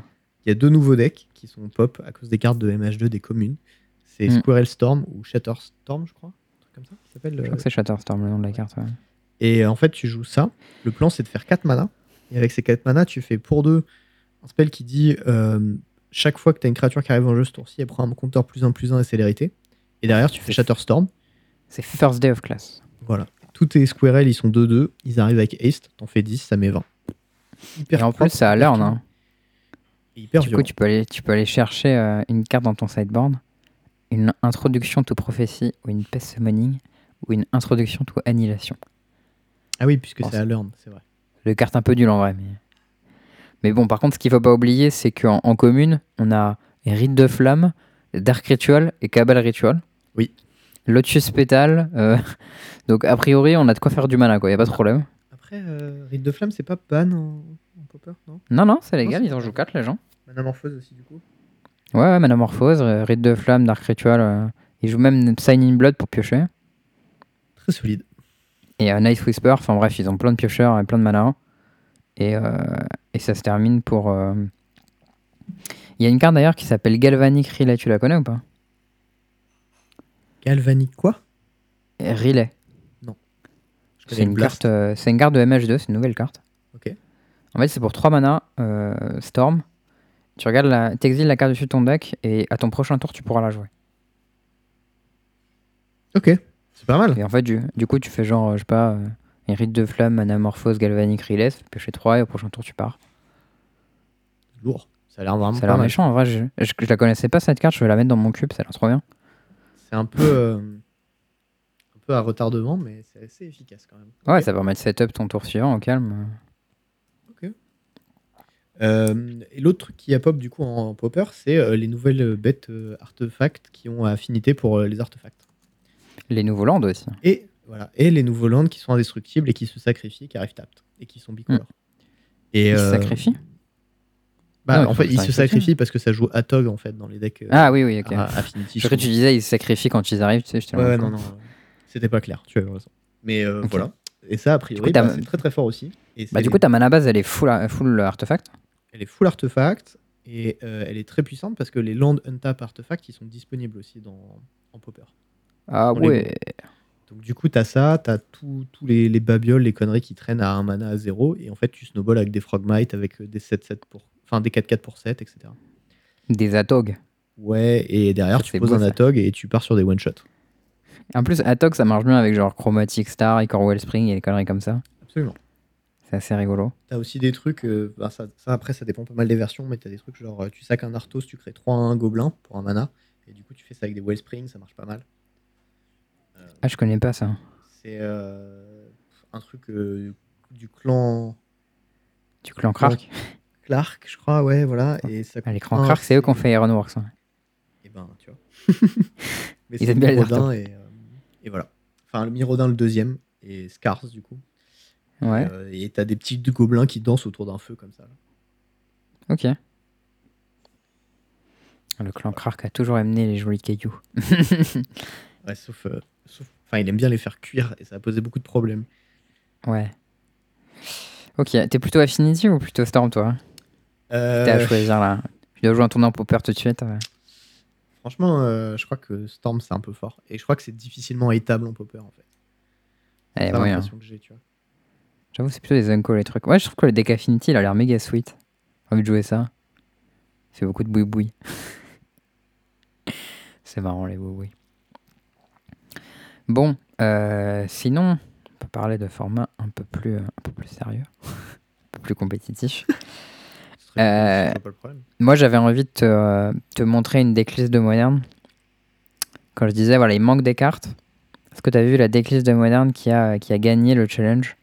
Il y a 2 nouveaux decks qui sont pop à cause des cartes de MH2 des communes. C'est Squirrel Storm ou Shatterstorm, je crois. Un truc comme ça qui s'appelle. Je crois que c'est Shatterstorm, le nom de la carte. Ouais. Et en fait, tu joues ça. Le plan, c'est de faire 4 mana. Et avec ces 4 mana, tu fais pour 2 un spell qui dit chaque fois que tu as une créature qui arrive en jeu ce tour-ci, elle prend un compteur +1/+1 et célérité. Et derrière, tu fais Shatterstorm. C'est First Day of Class. Voilà. Tous tes Squirrel, ils sont 2/2. Ils arrivent avec Haste. T'en fais 10, ça met 20. Hyper et en propre, plus, ça a learn. Hein. Hyper du coup, tu peux aller chercher une carte dans ton sideboard, une introduction to prophétie ou une pest summoning ou une introduction to annihilation. Ah oui, puisque c'est à learn, c'est vrai. Le carte un peu nul en vrai. Mais bon, par contre, ce qu'il faut pas oublier, c'est qu'en commune, on a Rite de Flamme, Dark Ritual et Cabal Ritual. Oui. Lotus Pétale. Donc, a priori, on a de quoi faire du mana, quoi. Y a pas de problème. Après, Rite de Flamme, c'est pas ban en popper, non? Non, c'est légal, ils en jouent 4, les gens. Manamorphose aussi, du coup. Ouais, Manamorphose, Rite de Flamme, Dark Ritual. Ils jouent même Sign in Blood pour piocher. Très solide. Et Night Whisper, enfin bref, ils ont plein de piocheurs et plein de mana. Et ça se termine pour... Il y a une carte d'ailleurs qui s'appelle Galvanic Relay, tu la connais ou pas? Galvanic quoi? Relay. Non. C'est une carte de MH2, c'est une nouvelle carte. Ok. En fait, c'est pour 3 mana, Storm. Tu regardes t'exiles la carte dessus de ton deck et à ton prochain tour, tu pourras la jouer. Ok, c'est pas mal. Et en fait, du coup, tu fais genre, je sais pas, une Rite de Flamme, Manamorphose, Galvanic Relay, piocher 3 et au prochain tour, tu pars. Lourd. Ça a l'air vraiment ça a l'air méchant, en vrai. Je la connaissais pas cette carte, je vais la mettre dans mon cube, ça a l'air trop bien. C'est un peu à retardement, mais c'est assez efficace quand même. Ouais, ça permet de setup ton tour suivant au calme. Ok. Et l'autre truc qui a pop du coup en popper, c'est les nouvelles bêtes artefacts qui ont affinité pour les artefacts. Les nouveaux lands aussi. Et voilà, et les nouveaux lands qui sont indestructibles et qui se sacrifient, qui arrivent tapped et qui sont bicolores. Et ils se sacrifient? Bah, en fait, ils se sacrifient parce que ça joue Atog en fait dans les decks. Oui, ok. Affinity. Je crois que tu disais ils se sacrifient quand ils arrivent, tu sais. Ouais, non, c'était pas clair. Tu as raison. Mais okay. Voilà. Et ça, a priori, c'est très très fort aussi. Et du coup, ta mana base, elle est full artefact. Elle est full artefact et elle est très puissante parce que les land untap artefacts, ils sont disponibles aussi en popper. Ah ouais. Donc du coup, t'as ça, t'as tous les babioles, les conneries qui traînent à 1 mana à 0, et en fait, tu snowballs avec des Frogmite, avec des 7-7 des 4-4 pour 7, etc. Des Atog. Ouais, et derrière, ça, tu poses un Atog et tu pars sur des one-shots. En plus, Atog, ça marche bien avec genre Chromatic Star, Icor Wellspring et les conneries comme ça. Absolument. C'est assez rigolo. T'as aussi des trucs, ça après, ça dépend pas mal des versions, mais t'as des trucs genre, tu sacs un Arthos, tu crées 3-1 gobelin pour un mana, et du coup, tu fais ça avec des Wellspring, ça marche pas mal. Je connais pas ça. C'est un truc du clan... Du clan Clark. Clark, je crois, ouais, voilà. Et ça les clans Clark, c'est eux qui ont fait Ironworks. Hein. Et ben, tu vois. Mais ils aiment bien les Mirodin et voilà. Enfin, le Mirodin, le deuxième, et Scars, du coup. Ouais. Et t'as des petits gobelins qui dansent autour d'un feu, comme ça. Là. Ok. Le clan Clark a toujours amené les jolis cailloux. Ouais, sauf... Enfin, il aime bien les faire cuire, et ça a posé beaucoup de problèmes. Ouais. Ok, t'es plutôt Affinity ou plutôt Storm, toi? T'as à choisir, là. Tu dois jouer un tournoi en popper tout de suite. Ouais. Franchement, je crois que Storm, c'est un peu fort. Et je crois que c'est difficilement hateable en popper, en fait. C'est ça l'impression que j'ai, tu vois. J'avoue, c'est plutôt des uncles, les trucs. Ouais, je trouve que le deck Affinity, il a l'air méga sweet. J'ai envie de jouer ça. Il fait beaucoup de boui-boui. C'est marrant, les boui-boui. Bon, sinon, on peut parler de format un peu plus sérieux, un peu plus compétitif. Moi, j'avais envie de te montrer une decklist de Modern. Quand je disais, voilà, il manque des cartes. Est-ce que tu as vu la decklist de Modern qui a gagné le challenge?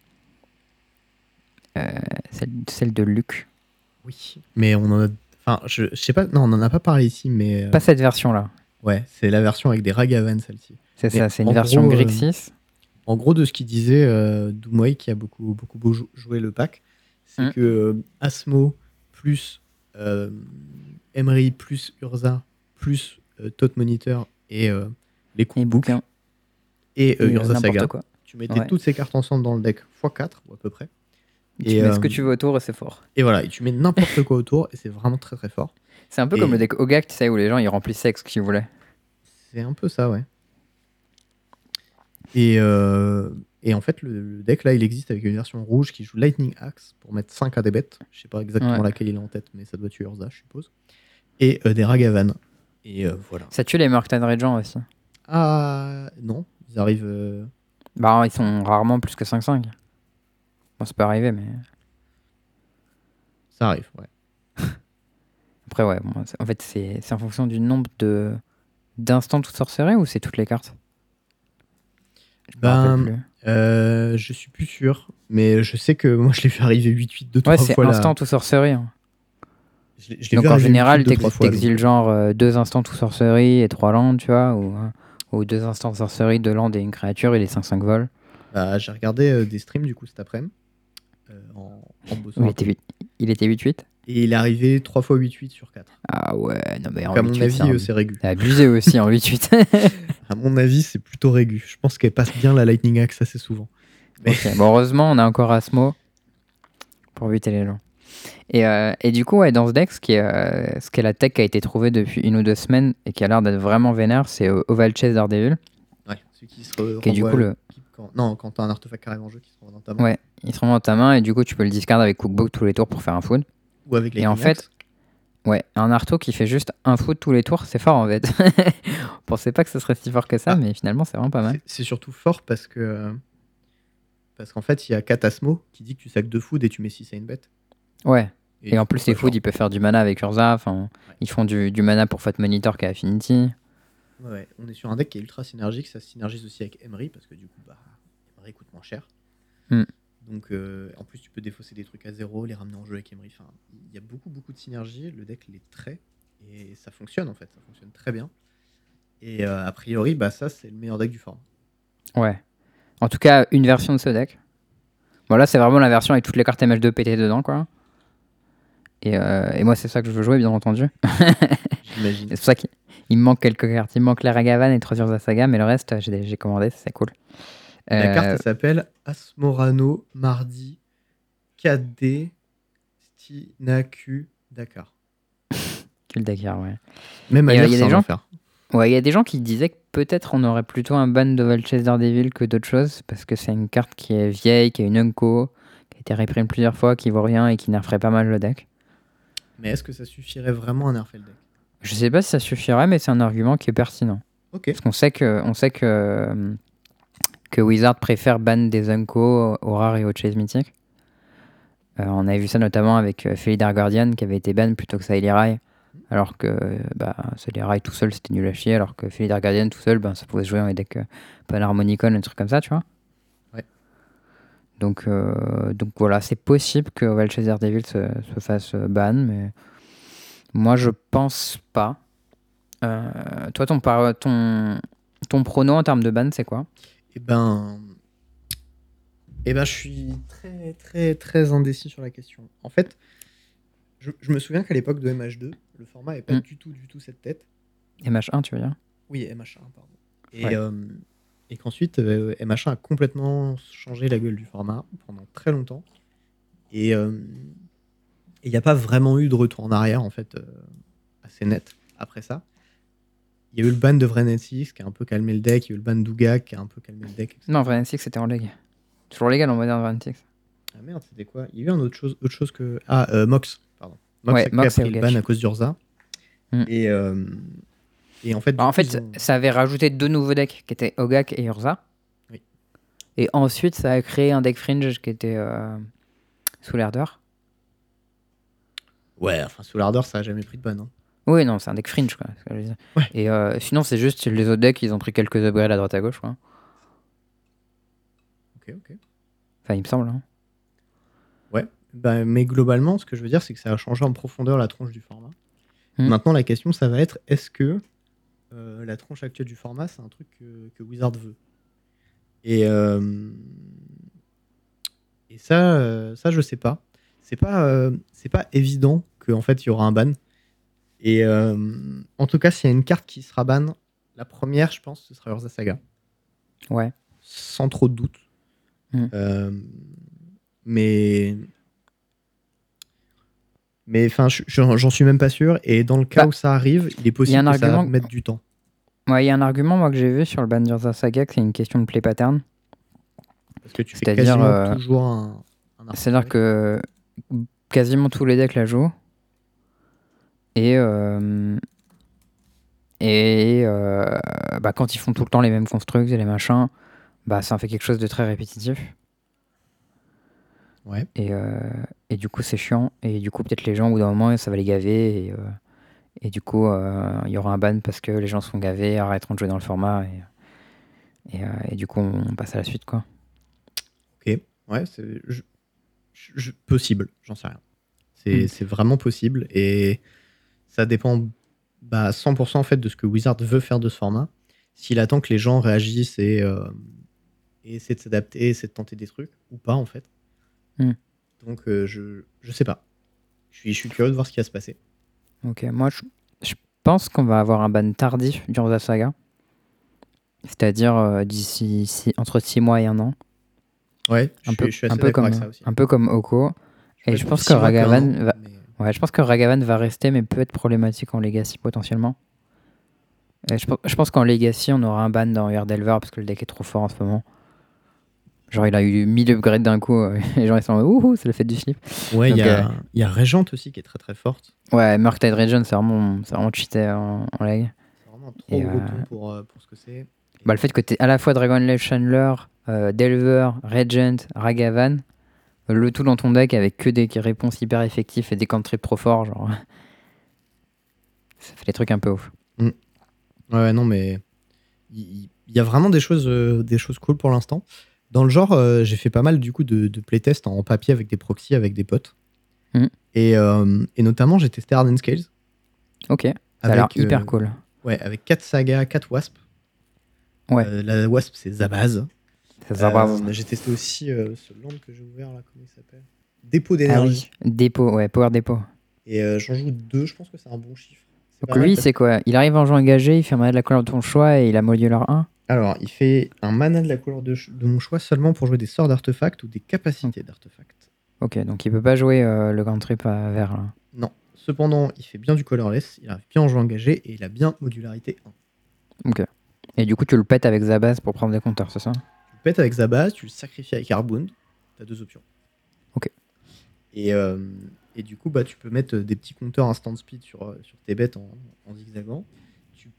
Celle de Luc. Oui, mais on en a... Enfin, je sais pas... Non, on en a pas parlé ici, mais... Pas cette version-là. Ouais, c'est la version avec des Ragavan, celle-ci. C'est ça, c'est une version Grixis. En gros, de ce qu'il disait, Doomway, qui a beaucoup joué le pack, c'est que Asmo plus Emery plus Urza plus Tot Monitor et les cookbooks et Urza Saga, tu mettais toutes ces cartes ensemble dans le deck x4 ou à peu près, Tu Et, mets ce que tu veux autour et c'est fort. et voilà, et tu mets n'importe quoi autour et c'est vraiment très très fort. C'est un peu Et comme le deck Ogak, tu sais, où les gens ils remplissaient avec ce qu'ils voulaient. c'est un peu ça, ouais. Et en fait, le deck là, il existe avec une version rouge qui joue Lightning Axe pour mettre 5 à des bêtes. Je sais pas exactement Ouais. laquelle il a en tête, mais ça doit tuer Urza, je suppose. Et des Ragavan. Et voilà. Ça tue les Murktide Regents aussi. Ah non, ils arrivent. Bah, ils sont rarement plus que 5-5. Bon, ça peut arriver, mais. Ça arrive, ouais. Après, ouais, bon, en fait, c'est en fonction du nombre d'instants toute sorcellerie ou c'est toutes les cartes? Je me rappelle plus. Je suis plus sûr, mais je sais que moi je l'ai vu arriver 8-8 2-3 Ouais, fois. c'est instant tout sorcellerie. Hein. Je l'ai Donc vu en arriver général, 8-8 2-3 fois. t'exiles genre 2 instants tout sorcellerie et 3 landes, tu vois, ou 2 instants de sorcellerie, 2 landes et une créature, il est 5-5 vol. Bah, j'ai regardé des streams du coup cet après-midi en bossant. Il était 8-8 et il est arrivé 3 fois 8-8 sur 4. Ah ouais, non mais en Donc à mon 8-8, avis, c'est régu. T'as abusé aussi en 8-8. À mon avis, c'est plutôt régu. Je pense qu'elle passe bien la Lightning Axe assez souvent. Mais... Ok, bon, heureusement, on a encore Asmo pour buter les gens. Et du coup, ouais, dans ce deck, ce qui est la tech qui a été trouvée depuis 1 ou 2 semaines et qui a l'air d'être vraiment vénère, c'est Oval Chase Daredevil. Ouais, celui qui se qui est du coup quand t'as un artefact qui arrive en jeu qui se renvoie dans ta main. Ouais, il se remet dans ta main et du coup, tu peux le discard avec Cookbook tous les tours pour faire un food. Ou avec les Et en fait, ouais, un arto qui fait juste un foot tous les tours, c'est fort en fait. On pensait pas que ce serait si fort que ça, mais finalement, c'est vraiment pas mal. C'est surtout fort parce qu'en fait, il y a Katasmo qui dit que tu sacs 2 food et tu mets 6 à une bête. Ouais. Et en plus, les food, il peut faire du mana avec Urza. Enfin, ouais. Ils font du mana pour Fat Monitor qui a Affinity. Ouais, on est sur un deck qui est ultra synergique. Ça synergise aussi avec Emery parce que du coup, Emery coûte moins cher. Donc, en plus, tu peux défausser des trucs à 0, les ramener en jeu avec Emery. Enfin, il y a beaucoup de synergie. Le deck les traite et ça fonctionne en fait. Ça fonctionne très bien. Et a priori, ça, c'est le meilleur deck du format. Ouais. En tout cas, une version de ce deck. Bon, là, c'est vraiment la version avec toutes les cartes MH2 pétées dedans, quoi. Et moi, c'est ça que je veux jouer, bien entendu. J'imagine. C'est pour ça qu'il me manque quelques cartes. Il me manque les Ragavan et 3 Urza Saga, mais le reste, j'ai commandé, c'est cool. La carte, elle s'appelle Asmorano Mardi KD Stinaku Dakar. Que le Dakar, ouais. Même ailleurs, ça va faire. Ouais, il y a des gens qui disaient que peut-être on aurait plutôt un ban de Valchase Daredevil que d'autres choses, parce que c'est une carte qui est vieille, qui a une unco, qui a été réprime plusieurs fois, qui vaut rien et qui nerferait pas mal le deck. Mais est-ce que ça suffirait vraiment à nerfer le deck? Je sais pas si ça suffirait, mais c'est un argument qui est pertinent. Ok. Parce qu'on sait que Wizard préfère ban des unco aux rares et aux chase mythiques. On avait vu ça notamment avec Felidar Guardian qui avait été ban plutôt que Sailirai. Alors que Sailirai tout seul c'était nul à chier, alors que Felidar Guardian tout seul ça pouvait se jouer dans les decks Panharmonicon, un truc comme ça, tu vois. Ouais. Donc voilà, c'est possible que Valchase Daredevil se fasse ban, mais moi je pense pas. Toi ton prono en termes de ban c'est quoi? Je suis très très très indécis sur la question. En fait, je me souviens qu'à l'époque de MH2, le format n'est pas du tout cette tête. MH1 tu veux dire? Oui, MH1, pardon. Et qu'ensuite, MH1 a complètement changé la gueule du format pendant très longtemps. Et il n'y a pas vraiment eu de retour en arrière, en fait, assez net après ça. Il y a eu le ban de Vrenetix qui a un peu calmé le deck. Il y a eu le ban d'Ugak qui a un peu calmé le deck. Non, Vrenetix c'était en leg. Toujours légal en moderne Vrenetix. Ah merde, c'était quoi? Il y a eu autre chose que... Ah, Mox, pardon. Mox a pris le ban à cause d'Urza. Et en fait... ça avait rajouté 2 nouveaux decks qui étaient Ogak et Urza. Oui. Et ensuite, ça a créé un deck Fringe qui était Soul Herder. Ouais, enfin, Soul Herder, ça a jamais pris de ban. Hein. Oui, non, c'est un deck Fringe, quoi. Ce que je veux dire. Ouais. Et sinon, c'est juste les autres decks, ils ont pris quelques upgrades à droite à gauche, quoi. Ok. Enfin, il me semble. Hein. Ouais. Mais globalement, ce que je veux dire, c'est que ça a changé en profondeur la tronche du format. Maintenant, la question, ça va être, est-ce que la tronche actuelle du format, c'est un truc que Wizard veut? Et ça, je sais pas. C'est pas évident qu'en fait, il y aura un ban. Et en tout cas, s'il y a une carte qui sera ban, la première, je pense, ce sera Urza Saga. Ouais. Sans trop de doute. mais enfin, j'en suis même pas sûr. Et dans le cas Bah, où ça arrive, il est il y a possible un que ça argument. mette du temps. Ouais, il y a un argument moi que j'ai vu sur le Banzerza Saga que c'est une question de play pattern. Parce que tu fais C'est-à-dire, quasiment toujours un c'est-à-dire arc que quasiment tous les decks la jouent et bah, quand ils font tout le temps les mêmes constructs et les machins, bah ça en fait quelque chose de très répétitif. Ouais. Et du coup c'est chiant et du coup peut-être les gens au bout d'un moment ça va les gaver et du coup il y aura un ban parce que les gens sont gavés, arrêteront de jouer dans le format et du coup on passe à la suite quoi. Ok. Ouais, c'est possible, j'en sais rien. C'est vraiment possible et ça dépend 100% en fait de ce que Wizard veut faire de ce format. S'il attend que les gens réagissent et essaient de s'adapter, essaient de tenter des trucs ou pas en fait. Donc je sais pas. Je suis curieux de voir ce qui va se passer. Ok, moi je pense qu'on va avoir un ban tardif du Rosa Saga. C'est-à-dire d'ici entre 6 mois et 1 an. Ouais, je suis assez d'accord avec ça aussi. Un peu comme Oko. Et je pense que Ragavan va... Ouais, je pense que Ragavan va rester, mais peut être problématique en Legacy potentiellement. Et je pense qu'en Legacy, on aura un ban dans Weird Delver parce que le deck est trop fort en ce moment. Genre, il a eu 1000 upgrades d'un coup. Les gens ils sont en mode, ouhou, c'est le fait du flip. Ouais, il y a Regent aussi qui est très très forte. Ouais, Murktide Regent, c'est vraiment cheaté en lag. C'est vraiment un trop gros ton pour ce que c'est. Bah, le fait que tu à la fois Dragonlance Chandler, Delver, Regent, Ragavan, le tout dans ton deck avec que des réponses hyper effectives et des cantrips trop forts, genre. Ça fait des trucs un peu ouf. Ouais, non, mais il y a vraiment des choses cool pour l'instant. Dans le genre, j'ai fait pas mal du coup de playtest en papier avec des proxys, avec des potes. Et notamment, j'ai testé Hardened Scales. Ok, ça a l'air hyper cool. Ouais, avec 4 sagas, 4 wasps. Ouais. La wasp, c'est Zabaz. C'est Zabaz. J'ai testé aussi ce land que j'ai ouvert là, comment il s'appelle Dépôt d'énergie. Ah oui, dépôt, ouais, Power Dépôt. Et j'en joue 2, je pense que c'est un bon chiffre. Donc lui, c'est quoi? Il arrive en jeu engagé, il fait un mana de la couleur de ton choix et il a modular 1. Alors, il fait un mana de la couleur de mon choix seulement pour jouer des sorts d'artefacts ou des capacités d'artefacts. Ok, donc il peut pas jouer le cantrip à vert là. Non. Cependant, il fait bien du colorless, il arrive bien en jeu engagé et il a bien modularité 1. Ok. Et du coup, tu le pètes avec Zabaz pour prendre des compteurs, c'est ça? Tu le pètes avec Zabaz, tu le sacrifies avec Harbound. T'as 2 options. Ok. Et du coup, tu peux mettre des petits compteurs instant speed sur tes bêtes en zigzagant. Tu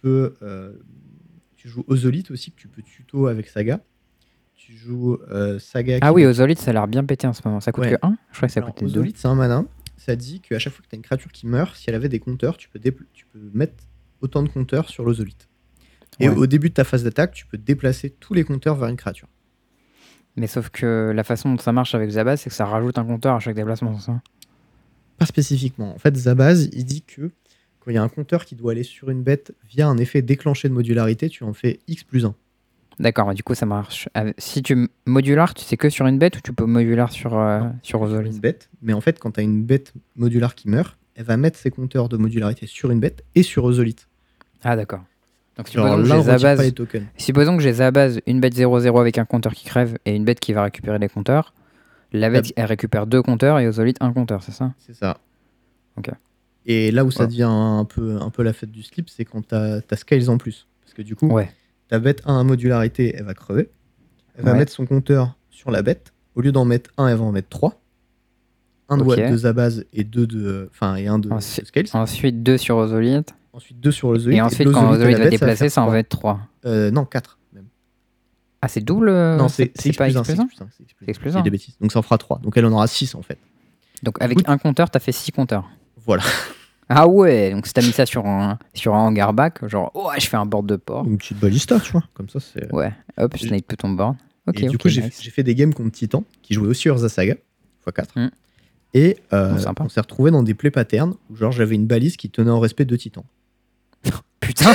joues Ozolite aussi, que tu peux tuto avec Saga. Tu joues Saga. Ah oui, Ozolite, ça a l'air bien pété en ce moment. Ça coûte que 1? Je crois que ça coûte 2. Ozolite, c'est un mana. Ça dit qu'à chaque fois que tu as une créature qui meurt, si elle avait des compteurs, tu peux mettre autant de compteurs sur l'Ozolite. Et au début de ta phase d'attaque, tu peux déplacer tous les compteurs vers une créature. Mais sauf que la façon dont ça marche avec Zabaz, c'est que ça rajoute un compteur à chaque déplacement, c'est ça? Pas spécifiquement. En fait, Zabaz, il dit que quand il y a un compteur qui doit aller sur une bête via un effet déclenché de modularité, tu en fais X plus 1. D'accord, du coup ça marche. Si tu modular, tu sais que sur une bête ou tu peux modular sur Ozolite? Une bête, mais en fait, quand tu as une bête modular qui meurt, elle va mettre ses compteurs de modularité sur une bête et sur Ozolite. Ah d'accord. Donc supposons que j'ai Zabaz, une bête 0-0 avec un compteur qui crève et une bête qui va récupérer des compteurs. La bête, elle récupère 2 compteurs et Ozolite 1 compteur, c'est ça? C'est ça. Ok. Et là où ça devient un peu la fête du slip, c'est quand t'as Scales en plus. Parce que du coup, ta bête a un modularité, elle va crever. Elle va mettre son compteur sur la bête. Au lieu d'en mettre 1, elle va en mettre 3. Un de Zabaz et 2 de Scales. Ensuite 2 sur Ozolite. Ensuite 2 sur Ozolite. Et ensuite, quand Ozolite va déplacer, ça en va être 3. Non, 4 même. Ah, c'est double? Non, c'est pas X+1. C'est X plus 1. Des bêtises. Donc ça en fera 3. Donc elle en aura 6 en fait. Donc avec un compteur, t'as fait 6 compteurs. Voilà. Ah ouais, donc si t'as mis ça sur un hangar back, genre, oh, je fais un board de port. Une petite ballista, tu vois. Comme ça, c'est. Ouais, hop, je snipe tout ton board. Ok, et du coup, j'ai fait des games contre Titan, qui jouait aussi Urza Saga, x4. Et on s'est retrouvé dans des play patterns où genre j'avais une balise qui tenait en respect de Titan. Putain.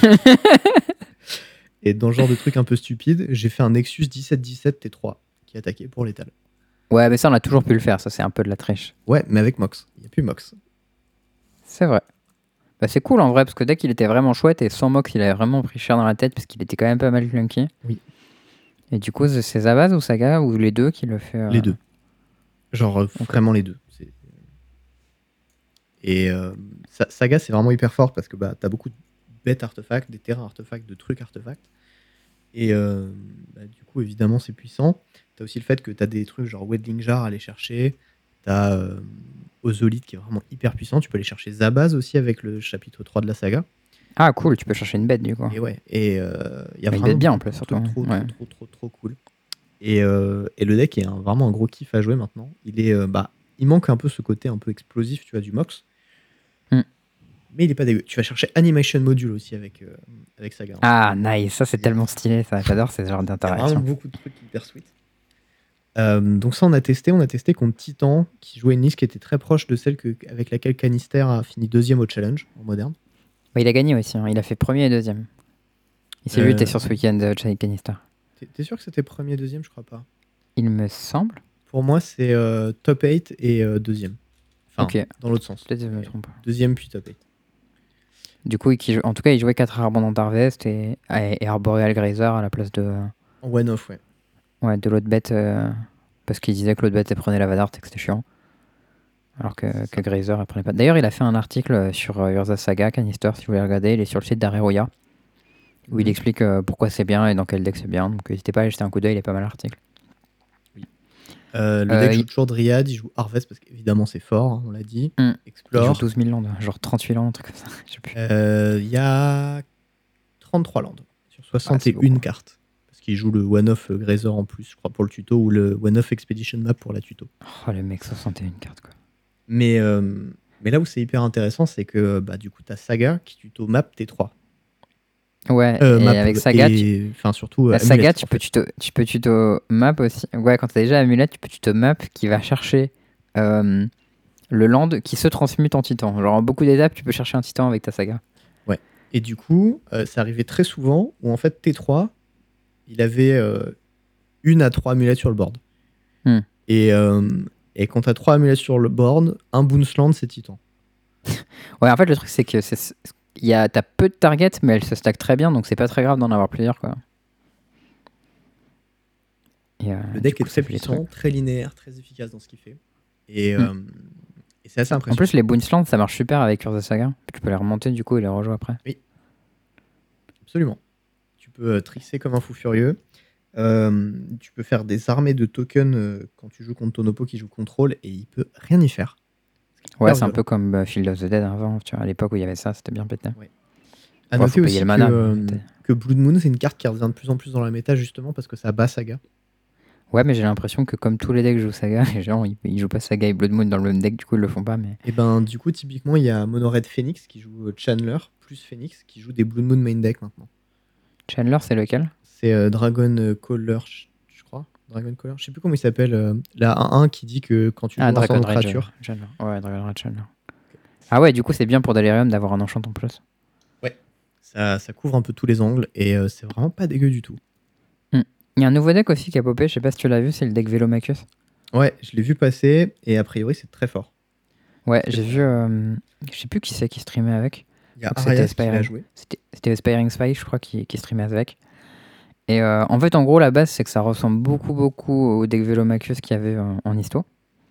Et dans ce genre de truc un peu stupide, j'ai fait un Nexus 17-17 T3 qui attaquait pour l'étal. Ouais, mais ça, on a toujours pu le faire. Ça, c'est un peu de la triche. Ouais, mais avec Mox. Il n'y a plus Mox. C'est vrai. Bah, c'est cool en vrai, parce que dès qu'il était vraiment chouette, et sans Mox, il avait vraiment pris cher dans la tête, parce qu'il était quand même pas mal clunky. Oui. Et du coup, c'est Zabaz ou Saga, ou les deux qui le fait Les deux. Genre Ok. vraiment les deux. Et Saga, c'est vraiment hyper fort parce que bah, t'as beaucoup de bêtes artefacts, des terrains artefacts, de trucs artefacts. Et bah, du coup, évidemment, c'est puissant. T'as aussi le fait que t'as des trucs genre Weddling Jar à aller chercher. T'as Ozolite qui est vraiment hyper puissant. Tu peux aller chercher Zabaz aussi avec le chapitre 3 de la saga. Ah, cool, tu peux chercher une bête du coup. Et ouais, et il y a Mais une vraiment bête bien en beaucoup plus, de surtout. trucs trop, Ouais. trop, trop, trop, trop cool. Et le deck est vraiment un gros kiff à jouer maintenant. Il manque un peu ce côté un peu explosif, tu vois, du Mox. Hmm. Mais il est pas dégueu. Tu vas chercher Animation Module aussi avec Saga. Ah, nice, ça c'est Il y a, tellement stylé, ça. J'adore ce genre il y a vraiment d'interaction. beaucoup de trucs hyper sweet. Donc ça, on a testé contre Titan, qui jouait une liste qui était très proche de celle avec laquelle Canister a fini deuxième au challenge en moderne. Bah, il a gagné aussi, hein. Il a fait premier et deuxième. Il s'est vu, t'es Euh, sur ce week-end, Chanic Canister. T'es sûr que c'était premier, deuxième? Je crois pas. Il me semble. Pour moi, c'est top 8 et deuxième. Enfin, Ok, dans l'autre sens. peut-être que je me Mais trompe. deuxième puis top 8. Du coup, en tout cas, il jouait 4 Arbandant Harvest et Arboreal Grazer à la place En one-off, ouais. ouais, de l'autre bête. Parce qu'il disait que l'autre bête elle prenait la Vadart et que c'était chiant. Alors que Grazer elle prenait pas. D'ailleurs, il a fait un article sur Urza Saga, Canister, si vous voulez regarder. Il est sur le site d'Areroya, où il Mhm. explique pourquoi c'est bien et dans quel deck c'est bien. Donc n'hésitez pas à aller jeter un coup d'œil, il est pas mal l'article. Oui. Le deck joue Il toujours Dryad, il joue Harvest parce qu'évidemment c'est fort, hein, on l'a dit. il joue Explore. 12 000 landes, genre 38 landes, un truc comme ça. Je sais plus. Il y a 33 landes sur Ouais, c'est beaucoup. 61 cartes. Parce qu'il joue le one-off Grazer en plus, je crois, pour le tuto, ou le one-off Expedition Map pour la tuto. Oh, le mec, 61 cartes, quoi. Mais, mais là où c'est hyper intéressant, c'est que bah, du coup, tu as Saga qui tuto map T3. Ouais, et avec Saga, Enfin, surtout la Saga, Amulette, en fait. tu peux tuto map aussi. Ouais, quand t'as déjà Amulette, tu peux tuto map qui va chercher euh, le land qui se transmute en titan. Genre en beaucoup d'étapes, tu peux chercher un titan avec ta Saga. Ouais. Et du coup, ça arrivait très souvent où en fait T3, il avait 1 à 3 amulettes sur le board. Hmm. Et, et quand t'as 3 amulettes sur le board, un Boonsland, c'est Titan. Ouais, en fait, le truc, c'est que t'as peu de targets, mais elles se stackent très bien, donc c'est pas très grave d'en avoir plusieurs, quoi. Et, Le du deck est coup, ça très fait des trucs. puissant, très linéaire, très efficace dans ce qu'il fait. Et, Hmm. et c'est assez En impressionnant. plus, les Boonslands, ça marche super avec Urza Saga. Tu peux les remonter, du coup, et les rejouer après. Oui, absolument. Tu peux trisser comme un fou furieux. Tu peux faire des armées de tokens quand tu joues contre ton oppo qui joue contrôle et il peut rien y faire. Ouais, Hyper c'est un violent. peu comme Field of the Dead avant, tu vois, à l'époque où il y avait ça, c'était bien pété. Ouais. À Ouais, faut noter payer aussi le mana, mais que Blood Moon, c'est une carte qui revient de plus en plus dans la méta justement parce que ça bat Saga. ouais, mais j'ai l'impression que comme tous les decks jouent Saga, les gens ils jouent pas Saga et Blood Moon dans le même deck, du coup ils le font pas. Mais Et ben du coup, typiquement, il y a Mono Red Phoenix qui joue Chandler plus Phoenix qui joue des Blood Moon main deck maintenant. Chandler, c'est lequel? C'est Dragon Caller, je crois. Dragon Caller, je sais plus comment il s'appelle. La 1-1 qui dit que quand tu joues Ah, un sort Dragon de Rage créature. Chandler. Ouais, Dragon Rage Chandler. Ah ouais, du coup c'est bien pour Delirium d'avoir un enchant en plus. Ouais. Ça couvre un peu tous les angles et c'est vraiment pas dégueu du tout. Il y a un nouveau deck aussi qui a popé, je sais pas si tu l'as vu, c'est le deck Velomachus. Ouais, je l'ai vu passer et a priori c'est très fort. Ouais, j'ai vu. Je sais plus qui c'est qui streamait avec. Il y a Je crois que c'était Arias qui l'a Aspiring. joué. C'était Aspiring Spy, je crois, qui streamait avec. Et en fait, en gros, la base, c'est que ça ressemble beaucoup au deck Velomachus qu'il y avait en histo.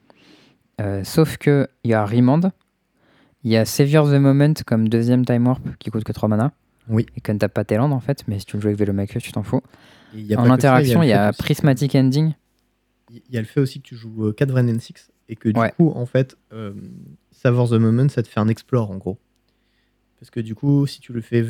Sauf que il y a Remand, il y a Savior the Moment comme deuxième Time Warp qui coûte que 3 mana. Oui. Et que t'as pas tes landes en fait, mais si tu le joues avec Velomachus, tu t'en fous. Et y a En pas que ça, interaction, il y a aussi Prismatic Ending. il y a le fait aussi que tu joues 4 Vren N6 et que du Ouais. coup, en fait, Savor the Moment, ça te fait un explore en gros. Parce que du coup, si tu le fais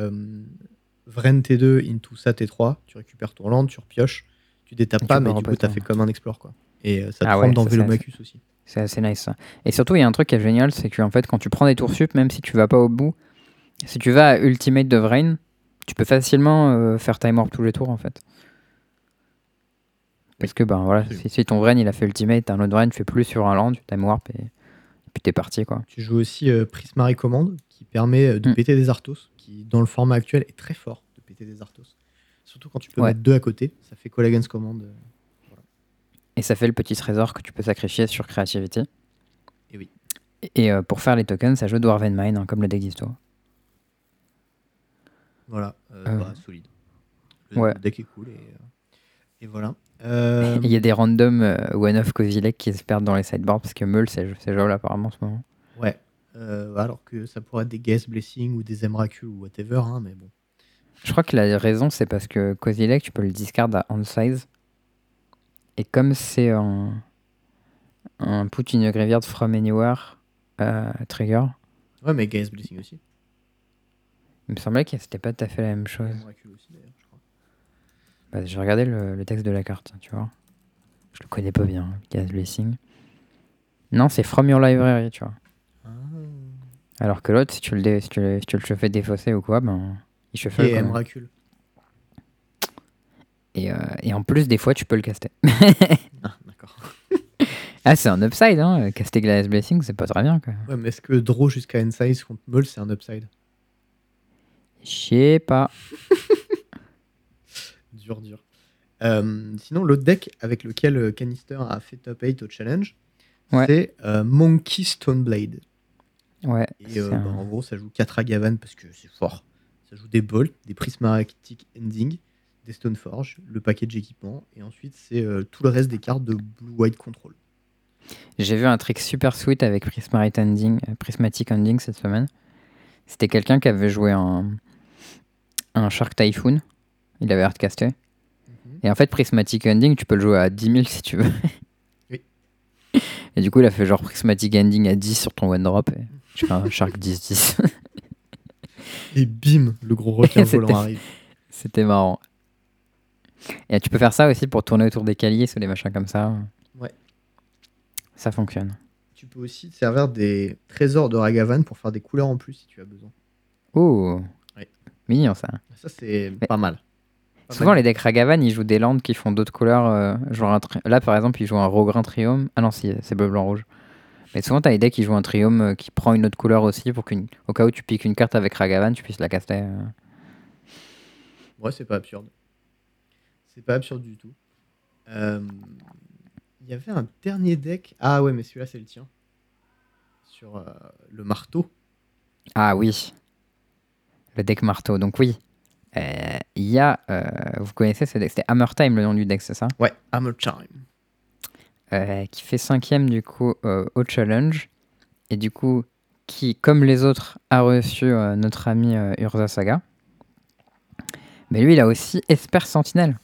Vren T2 into sa T3, tu récupères ton land, tu repioches, tu détapes Tu pas, peux mais du coup, t'as repoter. fait comme un explore quoi. Et ça te Ah trempe ouais, dans ça, Velomachus aussi. c'est assez nice ça. Et surtout, il y a un truc qui est génial, c'est que en fait, quand tu prends des tours sup, même si tu vas pas au bout, si tu vas à Ultimate de Vrain, tu peux facilement faire Time Warp tous les tours en fait. Parce que ben voilà, si ton Vrain il a fait Ultimate, t'as un autre Vrain, tu fais plus sur un land, tu Time Warp et puis t'es parti quoi. Tu joues aussi Prismari Command qui permet de péter des Arthos, qui dans le format actuel est très fort de péter des Arthos. Surtout quand tu peux mettre 2 à côté, ça fait Call Against Command. Voilà. Et ça fait le petit trésor que tu peux sacrifier sur Creativity. Et oui. Et pour faire les tokens, ça joue Dwarven Mine, hein, comme le deck d'Histo. Voilà, solide. Le deck est cool. Et voilà. Et il y a des random one-off Kozilek qui se perdent dans les sideboards parce que Meul, c'est jouable apparemment en ce moment. Ouais. Alors que ça pourrait être des Guest Blessing ou des Emrakul ou whatever, hein, mais bon. Je crois que la raison, c'est parce que Kozilek, tu peux le discard à hand size. Et comme c'est un put in a graveyard from anywhere trigger, Ouais, mais Guest Blessing aussi. il me semblait que c'était pas tout à fait la même chose. Emrakul aussi, d'ailleurs, je crois. Bah, j'ai regardé le texte de la carte, tu vois. Je le connais pas bien, Gas Blessing. Non, c'est from your library, tu vois. Ah. Alors que l'autre, si tu le fais défausser ou quoi, ben, il Ok, shuffle quand même. Emrakul. Et en plus, des fois, tu peux le caster. Ah, d'accord. Ah, c'est un upside, hein. Caster Glass Blessing, c'est pas très bien, quoi. Ouais, mais est-ce que draw jusqu'à N-Size contre Meul, c'est un upside? Je sais pas. Dur, dur. Sinon, l'autre deck avec lequel Canister a fait top 8 au challenge, Ouais. c'est Monkey Stoneblade. Ouais. Et en gros, ça joue 4 Agavan parce que c'est fort. Ça joue des Bolts, des Prismatic Ending, des Stoneforge, le package équipement, et ensuite c'est tout le reste des cartes de Blue-White Control. J'ai vu un trick super sweet avec Prismatic Ending cette semaine. C'était quelqu'un qui avait joué un Shark Typhoon. Il avait hardcasté. Et en fait, Prismatic Ending, tu peux le jouer à 10 000 si tu veux. Oui. Et du coup, il a fait genre Prismatic Ending à 10 sur ton one drop. Et tu fais un Shark 10-10. Et bim, le gros requin volant arrive. C'était marrant. Et tu peux faire ça aussi pour tourner autour des caliers ou des machins comme ça. Ouais. Ça fonctionne. Tu peux aussi te servir des trésors de Ragavan pour faire des couleurs en plus si tu as besoin. Oh, ouais. Mignon ça. Ça, c'est pas mal. Souvent, les decks Ragavan, ils jouent des landes qui font d'autres couleurs. Genre là, par exemple, ils jouent un Rogrin Triome. Ah non, si, c'est bleu, blanc, rouge. Mais souvent, t'as des decks qui jouent un Triome qui prend une autre couleur aussi pour qu'au cas où tu piques une carte avec Ragavan, tu puisses la caster. Ouais, c'est pas absurde. C'est pas absurde du tout. Il y avait un dernier deck. Ah ouais, mais celui-là, c'est le tien. Sur le marteau. Ah oui. Le deck marteau. Donc oui. Il y a... vous connaissez ce deck? C'était Hammer Time, le nom du deck, c'est ça? Ouais, Hammer Time. Qui fait 5ème du coup au challenge. Et du coup, qui, comme les autres, a reçu notre ami Urza Saga. Mais lui, il a aussi Esper Sentinelle.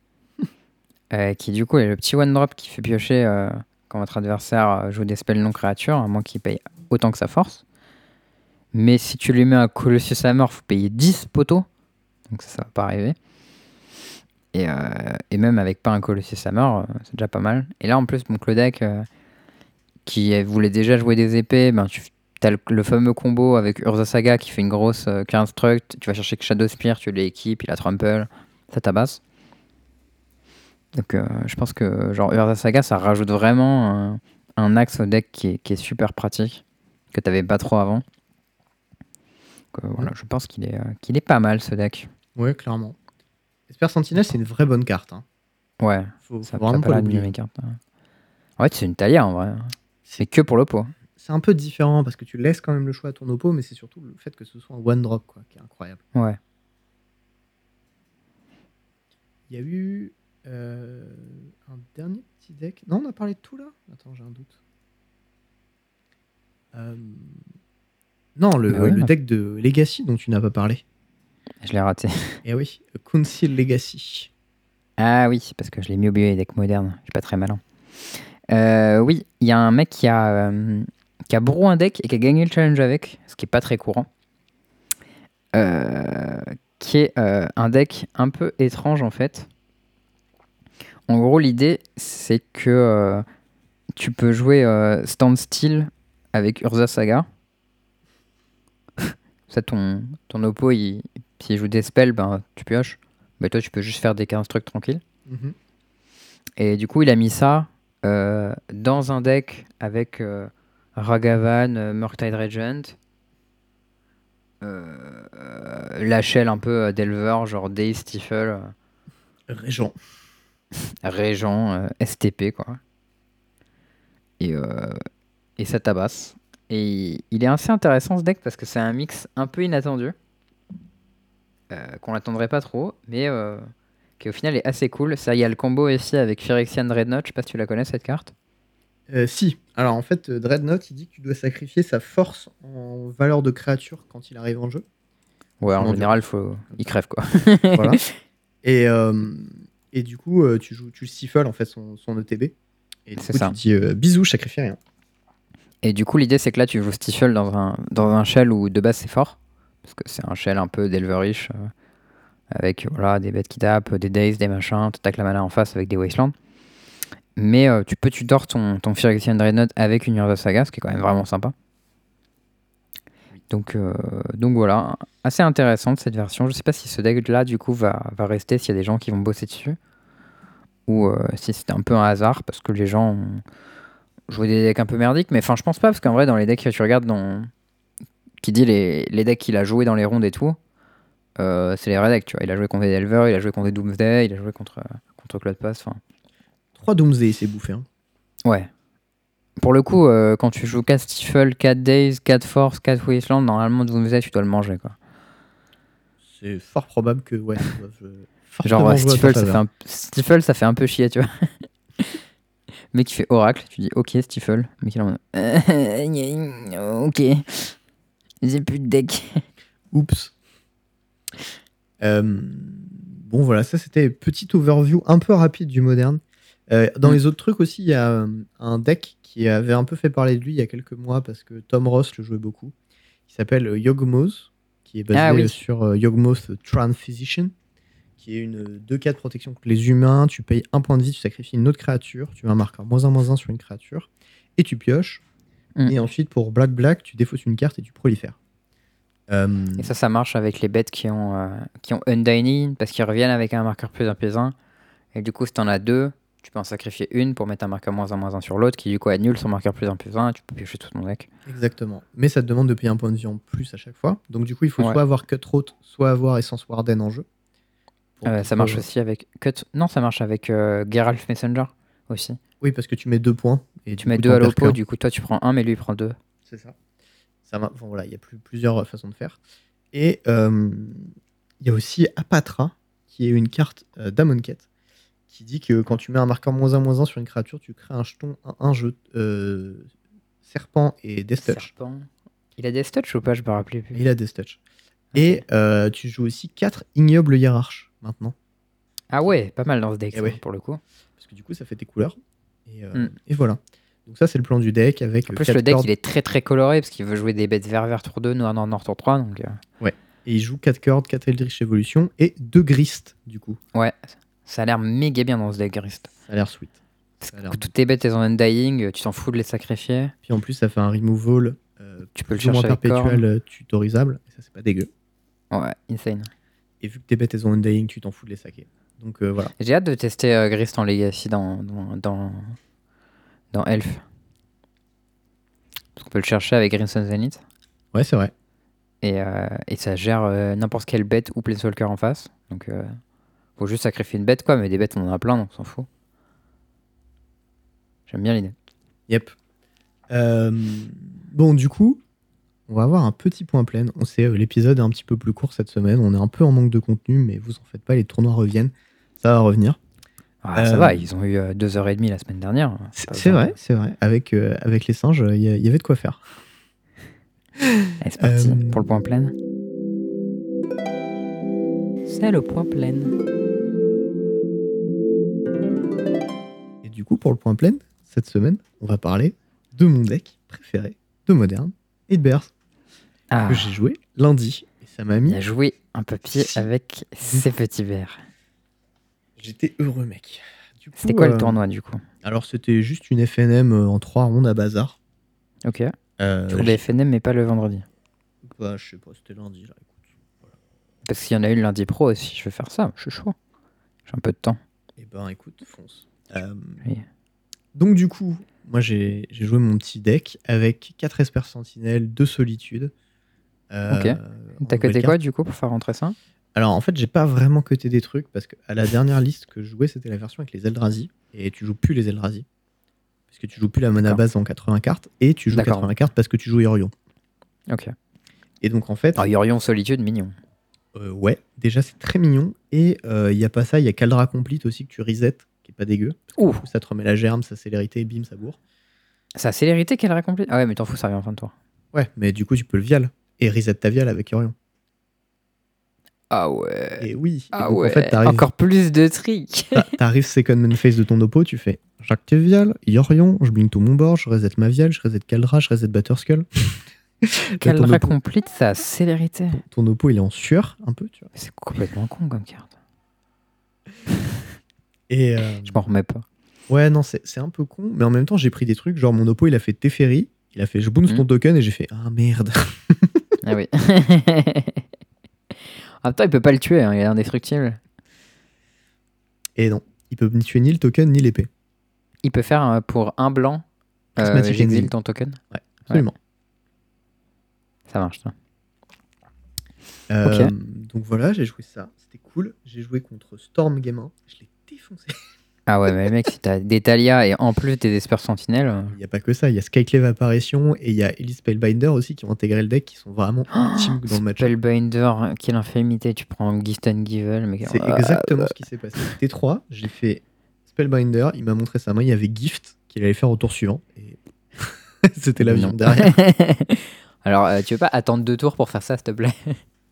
Qui du coup est le petit one drop qui fait piocher quand votre adversaire joue des spells non créatures, à moins qu'il paye autant que sa force. Mais si tu lui mets un Colossus Hammer, faut payer 10 poteaux. Donc ça va pas arriver. Et même avec pas un Colossus Hammer, c'est déjà pas mal. Et là en plus, donc le deck qui voulait déjà jouer des épées, ben tu as le fameux combo avec Urza Saga qui fait une grosse construct. Tu vas chercher que Shadow Spear, tu l'équipes, il a Trample, ça tabasse. Donc je pense que genre Urza Saga, ça rajoute vraiment un axe au deck qui est super pratique, que t'avais pas trop avant. Donc, voilà, je pense qu'il est pas mal ce deck. Ouais, clairement. Esper Sentinelle, c'est une vraie bonne carte. Hein. Ouais, faut ça vraiment pas l'oublier. Mes cartes. En fait, c'est une Talia en vrai. C'est que pour l'oppo. C'est un peu différent parce que tu laisses quand même le choix à ton oppo, mais c'est surtout le fait que ce soit un one drop quoi, qui est incroyable. Ouais. Il y a eu un dernier petit deck. Non, on a parlé de tout là. Attends, j'ai un doute. Non, le deck de Legacy dont tu n'as pas parlé. Je l'ai raté. Eh oui, Council Legacy. Ah oui, parce que je l'ai mis au milieu des decks modernes. Je suis pas très malin. Oui, il y a un mec qui a brou un deck et qui a gagné le challenge avec, ce qui est pas très courant. Qui est un deck un peu étrange en fait. En gros, l'idée c'est que tu peux jouer Standstill avec Urza Saga. Ça, ton oppo, s'il joue des spells, ben, tu pioches. Mais toi, tu peux juste faire des constructs tranquilles. Mm-hmm. Et du coup, il a mis ça dans un deck avec Ragavan, Murktide Regent, la shell un peu d'Elver, genre Day, Stifle, Régent, STP, quoi. Et ça tabasse. Et il est assez intéressant ce deck parce que c'est un mix un peu inattendu, qu'on n'attendrait pas trop, mais qui au final est assez cool. Ça, il y a le combo ici avec Phyrexian Dreadnought. Je sais pas si tu la connais cette carte. Si. Alors en fait, Dreadnought, il dit que tu dois sacrifier sa force en valeur de créature quand il arrive en jeu. Ouais, Son en général, endurance. il crève quoi. Voilà. Et, et du coup, tu le stifles en fait son ETB. Et du C'est coup, ça. tu dis bisous, je sacrifie rien. Et du coup, l'idée, c'est que là, tu joues Stifle dans un shell où de base c'est fort. Parce que c'est un shell un peu d'Elverish. Avec voilà, des bêtes qui tapent, des Days, des machins. Tu attaques la mana en face avec des Wastelands. Mais tu peux tutor ton Phyrexian Dreadnought avec une Urza Saga, ce qui est quand même vraiment sympa. Donc voilà, assez intéressante cette version. Je sais pas si ce deck-là, du coup, va rester, s'il y a des gens qui vont bosser dessus. Ou si c'était un peu un hasard, parce que les gens ont joué des decks un peu merdiques. Mais enfin, je pense pas, parce qu'en vrai, dans les decks que tu regardes, qui dit les decks qu'il a joué dans les rondes et tout, c'est les vrais decks, tu vois. Il a joué contre des Delver, il a joué contre des Doomsday, il a joué contre Cloud Pass, enfin... 3 Doomsday, c'est bouffé. Hein. Ouais. Pour le coup, quand tu joues 4 Stifle, 4 Days, 4 Force, 4 Wasteland, normalement Doomsday, tu dois le manger, quoi. C'est fort probable que, ouais, genre Stifle, ça fait un peu chier, tu vois. Mec qui fait Oracle, tu dis ok Stifle, mec il est en mode ok, j'ai plus de deck. Oups. Bon voilà, ça c'était petite overview un peu rapide du moderne. Dans les autres trucs aussi, il y a un deck qui avait un peu fait parler de lui il y a quelques mois parce que Tom Ross le jouait beaucoup. Il s'appelle Yawgmoth, qui est basé sur Yawgmoth Tran Physician, qui est une 2-4 protection contre les humains. Tu payes 1 point de vie, tu sacrifies une autre créature, tu mets un marqueur -1/-1 sur une créature, et tu pioches. Et ensuite, pour Black, tu défausses une carte et tu prolifères. Et ça marche avec les bêtes qui ont Undying, parce qu'ils reviennent avec un marqueur +1/+1. Et du coup, si t'en as 2, tu peux en sacrifier une pour mettre un marqueur -1/-1 sur l'autre, qui du coup annule son marqueur +1/+1, et tu peux piocher tout ton deck. Exactement. Mais ça te demande de payer 1 point de vie en plus à chaque fois. Donc du coup, il faut soit avoir Cutthroat, soit avoir Essence Warden en jeu. Ça marche aussi avec... Non, ça marche avec Geralt Messenger aussi. Oui, parce que tu mets 2 points. Et tu mets 2 à l'oppo, du coup toi tu prends 1, mais lui il prend 2. C'est ça. Bon, voilà, il y a plusieurs façons de faire. Et il y a aussi Apatra, qui est une carte d'Amonkhet, qui dit que quand tu mets un marqueur -1/-1 sur une créature, tu crées un jeton 1 jeu Serpent et Death Touch. Il a Death Touch ou pas? Je me rappelais plus. Il a Death Touch. Okay. Et tu joues aussi 4 ignobles hiérarches maintenant. Ah ouais, pas mal dans ce deck ça, pour le coup. Parce que du coup ça fait tes couleurs. Et voilà. Donc ça c'est le plan du deck avec. En plus le deck il est très très coloré parce qu'il veut jouer des bêtes vert tour 2, noir tour 3. Donc, Ouais. Et il joue 4 cordes, 4 Eldritch Evolution et 2 Grist du coup. Ouais, ça a l'air méga bien dans ce deck Grist. Ça a l'air sweet. Parce que toutes tes bêtes elles ont Undying, tu t'en fous de les sacrifier. Puis en plus ça fait un removal. Tu peux le chercher avec perpétuel tutorisable. Et ça c'est pas dégueu. Ouais, insane. Et vu que tes bêtes elles ont Undying, tu t'en fous de les saquer. Donc voilà. J'ai hâte de tester Grist en Legacy dans Elf. Parce qu'on peut le chercher avec Crimson Zenith. Ouais, c'est vrai. Et ça gère n'importe quelle bête ou Planeswalker en face. Donc faut juste sacrifier une bête quoi, mais des bêtes on en a plein donc on s'en fout. J'aime bien l'idée. Yep. Bon du coup, on va avoir un petit point plein. On sait l'épisode est un petit peu plus court cette semaine. On est un peu en manque de contenu, mais vous en faites pas, les tournois reviennent. Ça va revenir. Ça va, ils ont eu 2h30 la semaine dernière. C'est vrai. Avec les singes, il y avait de quoi faire. Allez, c'est parti pour le point plein. C'est le point plein. Et du coup, pour le point plein, cette semaine, on va parler de mon deck préféré de Moderne et de Bears. Que j'ai joué lundi. Et ça m'a mis... Il a joué un papier avec ses petits verres. J'étais heureux, mec. C'était quoi le tournoi, du coup? Alors, c'était juste une FNM en 3 rondes à bazar. Ok. Tu roulais FNM, mais pas le vendredi? Bah, je sais pas, c'était lundi, là, écoute. Voilà. Parce qu'il y en a eu le lundi pro aussi, je vais faire ça, je suis chaud. J'ai un peu de temps. Et ben, écoute, fonce. Oui. Donc, du coup, moi, j'ai joué mon petit deck avec 4 Esper Sentinelles, 2 Solitude. Ok. T'as coté quoi, du coup, pour faire rentrer ça? Alors en fait, j'ai pas vraiment coté des trucs parce qu'à la dernière liste que je jouais, c'était la version avec les Eldrazi et tu joues plus les Eldrazi parce que tu joues plus la mana base en 80 cartes et tu joues 80 cartes parce que tu joues Yorion. Ok. Et donc en fait. Yorion Solitude, mignon. Ouais, déjà c'est très mignon. Et il y a pas ça, il y a Caldra Complete aussi que tu resets, qui est pas dégueu. Ouh, Du coup, ça te remet la germe, sa célérité, bim, ça bourre. sa célérité qu'elle raccomplit. Ah ouais, mais t'en fous, ça revient en fin de tour. Ouais, mais du coup, tu peux le vial. Et reset ta vial avec Orion. Ah ouais. Et oui, et Ah donc en fait, ouais. Encore plus de tricks. t'arrives second main phase de ton oppo, tu fais j'active vial, Yorion, je blink tout mon board, je reset ma vial, je reset Caldra, je reset Batterskull. Qu'elle ton, oppo, racomplite sa célérité. ton oppo, il est en sueur, un peu, tu vois. C'est complètement con comme carte. Et Je m'en remets pas. ouais, non, c'est un peu con, mais en même temps, j'ai pris des trucs, genre mon oppo, il a fait Teferi, il a fait je bounce ton token, et j'ai fait ah merde. Ah oui. En même temps, il peut pas le tuer, hein, il est indestructible. Et non, il peut ni tuer ni le token, ni l'épée. Il peut faire pour un blanc, Prismatic j'exile Exile. ton token. Ouais, absolument. Ça marche, ça. Ok. Donc voilà, j'ai joué ça, c'était cool. J'ai joué contre Storm Game 1, je l'ai défoncé. Ah ouais, mais mec, si t'as des Talia et en plus des Esper Sentinelles. Il n'y a pas que ça, il y a Skyclave Apparition et il y a Elise Spellbinder aussi qui ont intégré le deck, qui sont vraiment ultimes dans le match. Spellbinder, quelle infamité, tu prends Gift and Givel. Mais... C'est exactement ce qui s'est passé. T3, j'ai fait Spellbinder, il m'a montré sa main, il y avait Gift qu'il allait faire au tour suivant. Et c'était l'avion derrière. Alors, tu veux pas attendre 2 tours pour faire ça, s'il te plaît?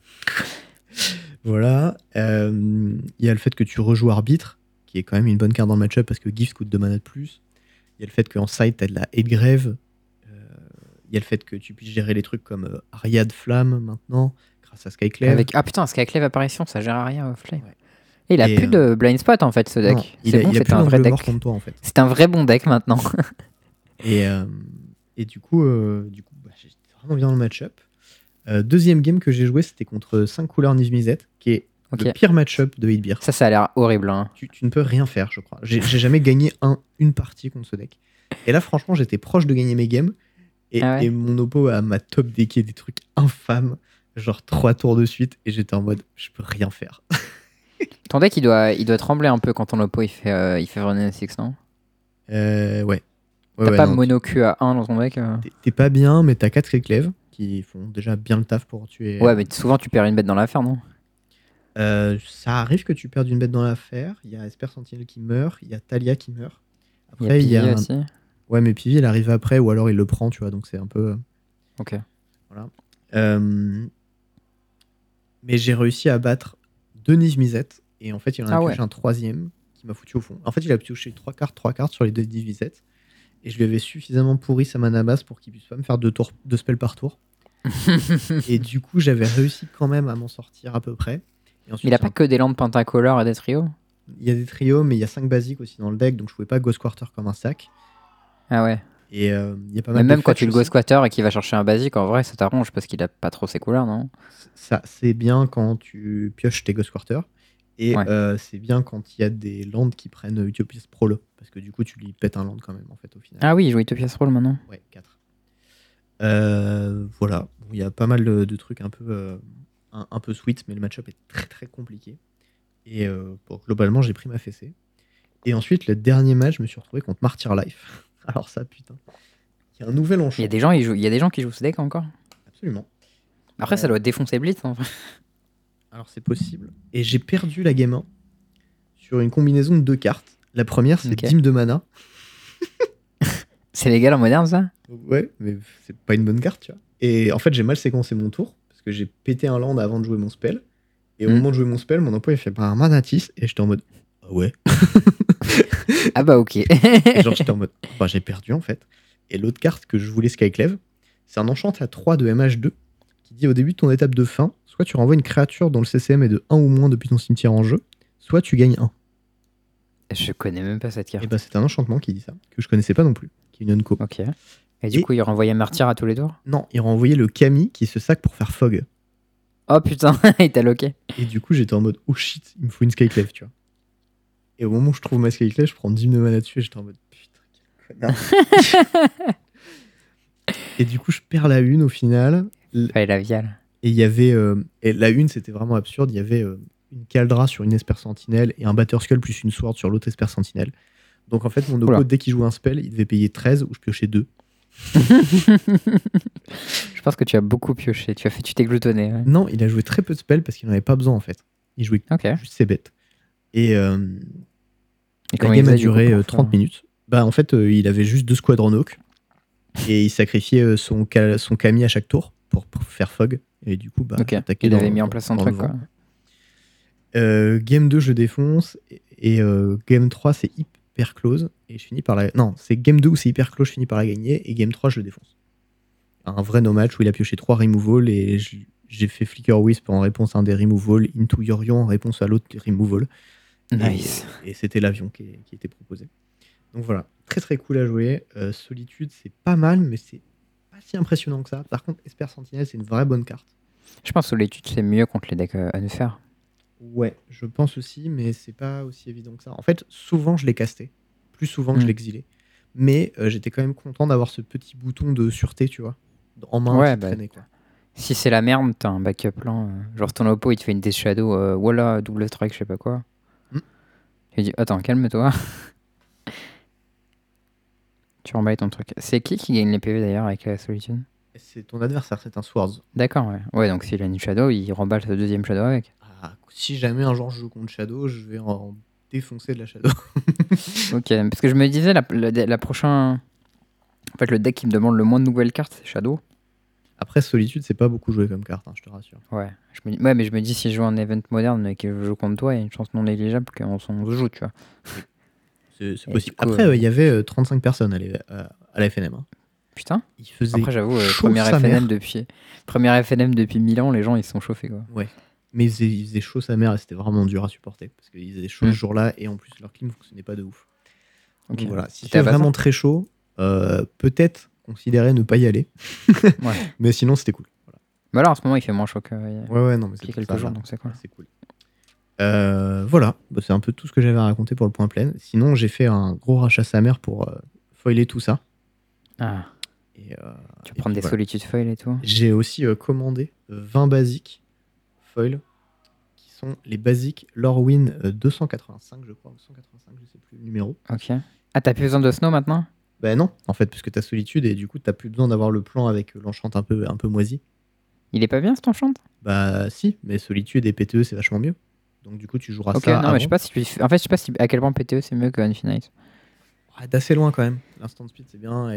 Voilà. Il y a le fait que tu rejoues Arbitre, qui est quand même une bonne carte dans le match-up parce que Gift coûte 2 mana de plus. Il y a le fait qu'en side, tu as de la Headgrave. Il y a le fait que tu puisses gérer les trucs comme Ariad Flamme maintenant, grâce à Skyclave. Ah putain, Skyclave Apparition, ça gère rien au flame. Ouais. Et il a plus de blind spot en fait, ce deck. Non, il a plus un vrai deck. Contre toi, en fait. C'est un vrai bon deck maintenant. et du coup, j'étais vraiment bien dans le match-up. Deuxième game que j'ai joué, c'était contre 5 couleurs Niv-Mizzet, qui est le pire match-up de 8-Beer. Ça a l'air horrible. Hein. Tu ne peux rien faire, je crois. J'ai jamais gagné une partie contre ce deck. Et là, franchement, j'étais proche de gagner mes games. Et mon oppo m'a top decké des trucs infâmes, genre 3 tours de suite, et j'étais en mode, je peux rien faire. Ton deck, il doit trembler un peu quand ton oppo il fait Running 6, non? Ouais. T'as pas mono Q à 1 dans ton deck T'es pas bien, mais t'as 4 Skyclave qui font déjà bien le taf pour tuer. Ouais, mais souvent tu perds une bête dans l'affaire, non? Ça arrive que tu perdes une bête dans l'affaire. Il y a Esper Sentinel qui meurt, il y a Talia qui meurt. Après, il y a aussi. Ouais, mais Pivi, il arrive après, ou alors il le prend, tu vois, donc c'est un peu... Ok. Voilà. Mais j'ai réussi à battre 2 Niv-Mizzet, et en fait, il en a pioché un troisième qui m'a foutu au fond. En fait, il a pioché 3 cartes sur les 2 Niv-Mizzet, et je lui avais suffisamment pourri sa mana base pour qu'il puisse pas me faire 2 spells par tour. Et du coup, j'avais réussi quand même à m'en sortir à peu près. Et ensuite, il a pas que des lampes pentacolores et des trios? Il y a des trios, mais il y a 5 basiques aussi dans le deck, donc je pouvais pas Ghost Quarter comme un sac. Ah ouais. Et il y a pas mal mais même quand tu le go squatter et qu'il va chercher un basique, en vrai, ça t'arrange parce qu'il a pas trop ses couleurs, non? Ça, c'est bien quand tu pioches tes go squatters. Et c'est bien quand il y a des lands qui prennent Utopia's Prolo. Parce que du coup, tu lui pètes un land quand même, en fait, au final. Ah oui, il joue Utopia's Prolo maintenant. Ouais, 4. Voilà. Il y a pas mal de trucs un peu sweet, mais le match-up est très très compliqué. Et globalement, j'ai pris ma fessée. Et ensuite, le dernier match, je me suis retrouvé contre Martyr Life. Alors ça, putain. Il y a un nouvel enchant. Il y a des gens qui jouent ce deck encore. Absolument. Après, ça doit défoncer Blitz. En fait. Alors c'est possible. Et j'ai perdu la game 1 sur une combinaison de 2 cartes. La première, c'est Dîme de mana. C'est légal en moderne, ça? Ouais, mais c'est pas une bonne carte, tu vois. Et en fait, j'ai mal séquencé mon tour, parce que j'ai pété un land avant de jouer mon spell. Et au moment de jouer mon spell, mon oppo il fait un Manatis, et j'étais en mode ah ouais. Ah bah ok. Et genre j'étais en mode bah j'ai perdu en fait. Et l'autre carte que je voulais Skyclave, c'est un enchant à 3 de MH2 qui dit au début de ton étape de fin, soit tu renvoies une créature dont le CCM est de 1 ou moins depuis ton cimetière en jeu, soit tu gagnes 1. Je connais même pas cette carte. Et bah c'est un enchantement qui dit ça, que je connaissais pas non plus, qui est une unco. Ok. Et du coup, il renvoyait Martyr à tous les tours? Non, il renvoyait le Kami qui se sac pour faire Fog. Oh putain, il t'a loqué. Et du coup, j'étais en mode oh shit, il me faut une Skyclave, tu vois. Et au moment où je trouve ma Skyclave, je prends 10 de mana dessus et j'étais en mode putain, quel connard. Et du coup, je perds la une au final. Fallait la viale. Et il y avait. Et la une, c'était vraiment absurde. Il y avait une Caldra sur une Esper Sentinelle et un Batterskull plus une Sword sur l'autre Esper Sentinelle. Donc en fait, mon oppo, dès qu'il jouait un spell, il devait payer 13 ou je piochais 2. Je Je pense que tu as beaucoup pioché. Tu t'es gloutonné. Ouais. Non, il a joué très peu de spells parce qu'il n'en avait pas besoin en fait. Il jouait Ok. juste ses bêtes. Et Et la comment il game a faisait du coup duré pour 30 faire minutes. Bah en fait, il avait juste 2 Squadron Hawk et il sacrifiait son Kami à chaque tour pour faire Fog. Et du coup, bah, Ok. j'attaquais Il dans, avait mis en dans- place son dans le truc, vent. quoi. Game 2, je défonce. Et Game 3, c'est hyper close. Et je finis par la. Non, c'est Game 2 où c'est hyper close, je finis par la gagner. Et Game 3, je le défonce. Un vrai no match où il a pioché 3 removal. Et j'ai fait Flicker Wisp en réponse à un des removal. Into Yorion en réponse à l'autre removal. Nice. Et c'était l'avion qui était proposé. Donc voilà, très très cool à jouer. Solitude, c'est pas mal, mais c'est pas si impressionnant que ça. Par contre, Esper Sentinelle, c'est une vraie bonne carte. Je pense que Solitude, c'est mieux contre les decks Unfair. Ouais, je pense aussi, mais c'est pas aussi évident que ça. En fait, souvent je l'ai casté, plus souvent que je l'exilais. Mais j'étais quand même content d'avoir ce petit bouton de sûreté, tu vois, en main Ouais, qui bah, traînait, quoi. si c'est la merde, t'as un backup plan. Genre ton oppo, il te fait une Death Shadow, voilà, double strike, je sais pas quoi. Tu dis, attends, calme-toi. Tu remballes ton truc. C'est qui gagne les PV d'ailleurs avec la Solitude? C'est ton adversaire, c'est un Swords. D'accord, ouais. Ouais, donc s'il a une Shadow, il remballe sa deuxième Shadow avec. Ah, si jamais un jour je joue contre Shadow, je vais en défoncer de la Shadow. Ok, parce que je me disais, la prochaine. En fait, le deck qui me demande le moins de nouvelles cartes, c'est Shadow. Après, Solitude, c'est pas beaucoup joué comme carte, hein, je te rassure. Ouais. Mais je me dis, si je joue un event moderne et que je joue contre toi, il y a une chance non négligeable qu'on se joue, tu vois. C'est Et possible. du coup, Après, il y avait 35 personnes à la FNM. Hein. Putain. Il faisait Après, j'avoue, chaud première sa mère. FNM depuis 1000 ans, les gens ils se sont chauffés, quoi. Ouais. Mais il faisait chaud sa mère et c'était vraiment dur à supporter parce qu'il faisait chaud ce jour-là et en plus leur clim fonctionnait pas de ouf. Donc voilà, si c'est vraiment très chaud, peut-être considérer ne pas y aller. Ouais. Mais sinon, c'était cool. Voilà. Bah là, en ce moment, il fait moins chaud que ouais, non, mais qu'il y a quelques jours, donc c'est cool. C'est cool. Voilà, bah, c'est un peu tout ce que j'avais à raconter pour le point plein. Sinon, j'ai fait un gros rachat sa mère pour foiler tout ça. Ah. Et, tu vas prendre des solitudes foil et tout. J'ai aussi commandé 20 basiques foil qui sont les basiques Lorwyn 285, je crois, 185, je sais plus le numéro. Ok. Ah, t'as plus besoin de snow maintenant? Bah non, en fait, parce que t'as solitude et du coup, t'as plus besoin d'avoir le plan avec l'enchant un peu moisi. Il est pas bien cet enchant? Bah si, mais solitude et PTE c'est vachement mieux. Donc du coup, tu joueras ça. Ok, non, mais je sais pas si. En fait, je sais pas si à quel point PTE c'est mieux que Infinite. Ouais, d'assez loin quand même. L'instant speed c'est bien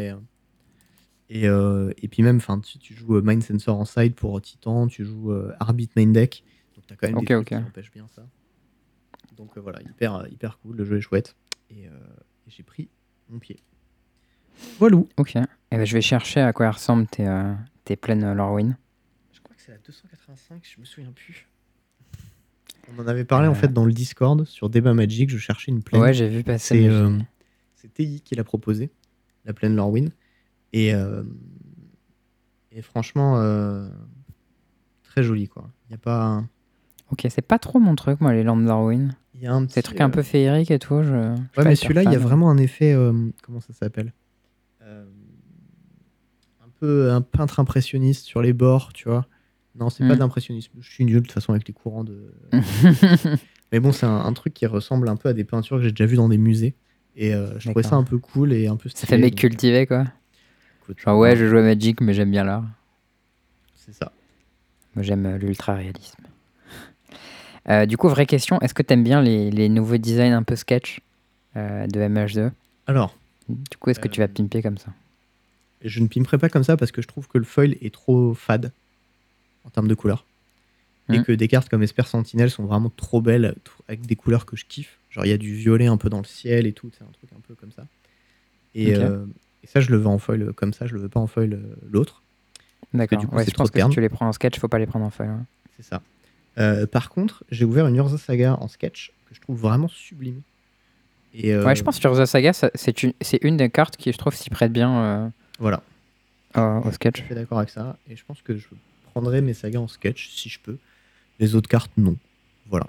et puis même, tu joues Mind Sensor en side pour Titan, tu joues Arbit main deck, donc t'as quand même des trucs qui empêchent bien ça. Donc voilà, hyper cool, le jeu est chouette et j'ai pris mon pied. Voilà. Ok. Et ben, je vais chercher à quoi ressemblent tes plaines Lorwyn. Je crois que c'est la 285, je me souviens plus. On en avait parlé en fait dans le Discord sur Débat Magic, je cherchais une plaine. Ouais, j'ai vu passer. C'est TI qui l'a proposé, la plaine Lorwyn. Et franchement, très joli quoi. Il y a pas. Ok, c'est pas trop mon truc, moi, les landes Lorwyn. Il y a un petit. Ces trucs un peu féeriques et tout. Ouais, mais celui-là, il y a vraiment un effet. Comment ça s'appelle un peintre impressionniste sur les bords, tu vois. Non, c'est pas de l'impressionnisme. Je suis nul de toute façon avec les courants de. Mais bon, c'est un truc qui ressemble un peu à des peintures que j'ai déjà vues dans des musées. Et je trouvais ça un peu cool et un peu stylé. Ça fait mec cultivé quoi. Écoute, genre ouais, je joue à Magic, mais j'aime bien l'art. C'est ça. Moi, j'aime l'ultra-réalisme. Du coup, vraie question, est-ce que t'aimes bien les nouveaux designs un peu sketch de MH2? Alors. Du coup, est-ce que tu vas pimper comme ça? Je ne pimperai pas comme ça parce que je trouve que le foil est trop fade en termes de couleurs. Et que des cartes comme Esper Sentinelle sont vraiment trop belles avec des couleurs que je kiffe. Genre il y a du violet un peu dans le ciel et tout, c'est un truc un peu comme ça. Et ça, je le veux en foil comme ça, je le veux pas en foil l'autre. D'accord, du coup, je pense que si tu les prends en sketch, faut pas les prendre en foil. Hein. C'est ça. Par contre, j'ai ouvert une Urza Saga en sketch que je trouve vraiment sublime. Et ouais, je pense que Urza Saga, c'est une des cartes qui, je trouve, s'y prête bien voilà. Au sketch. Je suis d'accord avec ça. Et je pense que je prendrai mes sagas en sketch si je peux. Les autres cartes, non. Voilà.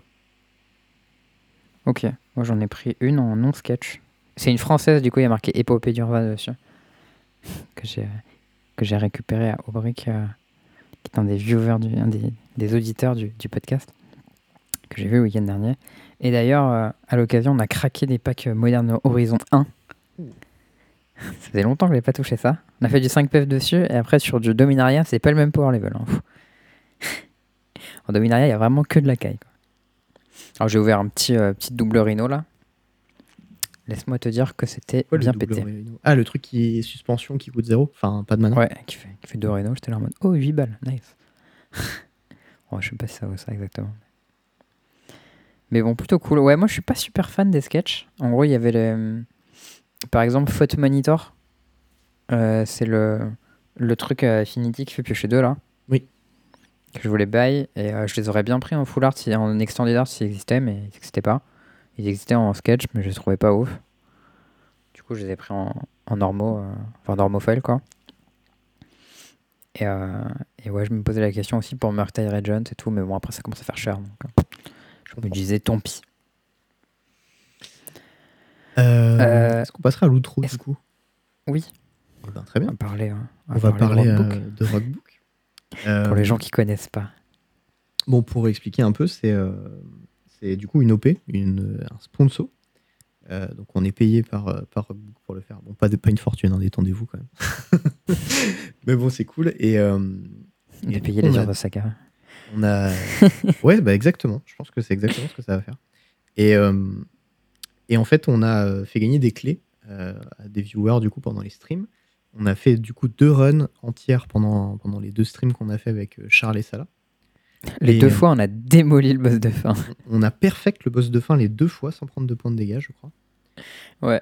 Ok, moi j'en ai pris une en non-sketch. C'est une française, du coup, il y a marqué Épopée d'Urza dessus. que j'ai récupéré à Aubric, qui est un des viewers, des auditeurs du podcast, que j'ai vu le week-end dernier. Et d'ailleurs, à l'occasion, on a craqué des packs Modern Horizon 1. Ça faisait longtemps que j'avais pas touché ça. On a fait du 5 PF dessus, et après sur du Dominaria, c'est pas le même power level. Hein. En Dominaria, il y a vraiment que de la caille. Quoi. Alors j'ai ouvert un petit double Rhino là. Laisse-moi te dire que c'était Quoi, le bien double pété. Rhino? Ah, le truc qui est suspension qui coûte 0. Enfin, pas de mana. Ouais, qui fait 2 Rhino, j'étais là en mode oh 8 balles, nice. Oh, je sais pas si ça vaut ça exactement. Mais bon, plutôt cool. Ouais, moi je suis pas super fan des sketchs. En gros, il y avait par exemple Photo Monitor. C'est le truc Affinity qui fait piocher 2 là. Oui. Que je voulais buy. Et je les aurais bien pris en full art, en extended art s'ils existaient, mais ils n'existaient pas. Ils existaient en sketch, mais je les trouvais pas ouf. Du coup, je les ai pris en normaux, enfin normophile quoi. Et ouais, je me posais la question aussi pour Murktide Regent et tout, mais bon, après ça commence à faire cher. Donc, je me disais tant pis. Est-ce qu'on passerait à l'outro du coup? Oui. Eh ben, très On bien. va parler, On va parler de Rockbook. de Rockbook. Pour les gens qui connaissent pas. Bon, pour expliquer un peu, c'est du coup une OP, un sponsor. Donc on est payé par Rockbook pour le faire. Bon, pas une fortune, hein, détendez-vous quand même. Mais bon, c'est cool. On est payé les heures de saga. On a... ouais, bah exactement. Je pense que c'est exactement ce que ça va faire. Et en fait, on a fait gagner des clés à des viewers du coup pendant les streams. On a fait du coup 2 runs entières pendant les 2 streams qu'on a fait avec Charles et Salah. Les 2 fois, on a démoli le boss de fin. On a perfect le boss de fin les 2 fois sans prendre de points de dégâts, je crois. Ouais.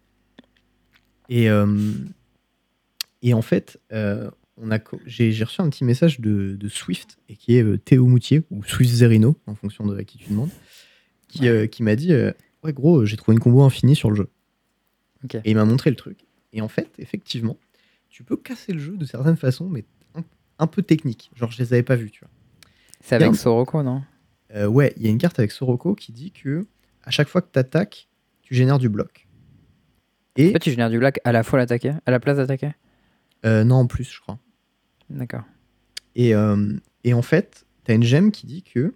Et en fait, j'ai reçu un petit message de Swift, et qui est Théo Moutier, ou Swift Zerino, en fonction de à qui tu demandes, qui m'a dit ouais, gros, j'ai trouvé une combo infinie sur le jeu. Okay. Et il m'a montré le truc. Et en fait, effectivement, tu peux casser le jeu de certaines façons, mais un peu technique. Genre, je les avais pas vus, tu vois. C'est avec Soroko, non? Ouais, il y a une carte avec Soroko qui dit que à chaque fois que tu attaques, tu génères du bloc. Et en fait, tu génères du bloc à la fois l'attaquer, à la place d'attaquer? Non, en plus, je crois. D'accord. Et en fait, tu as une gemme qui dit que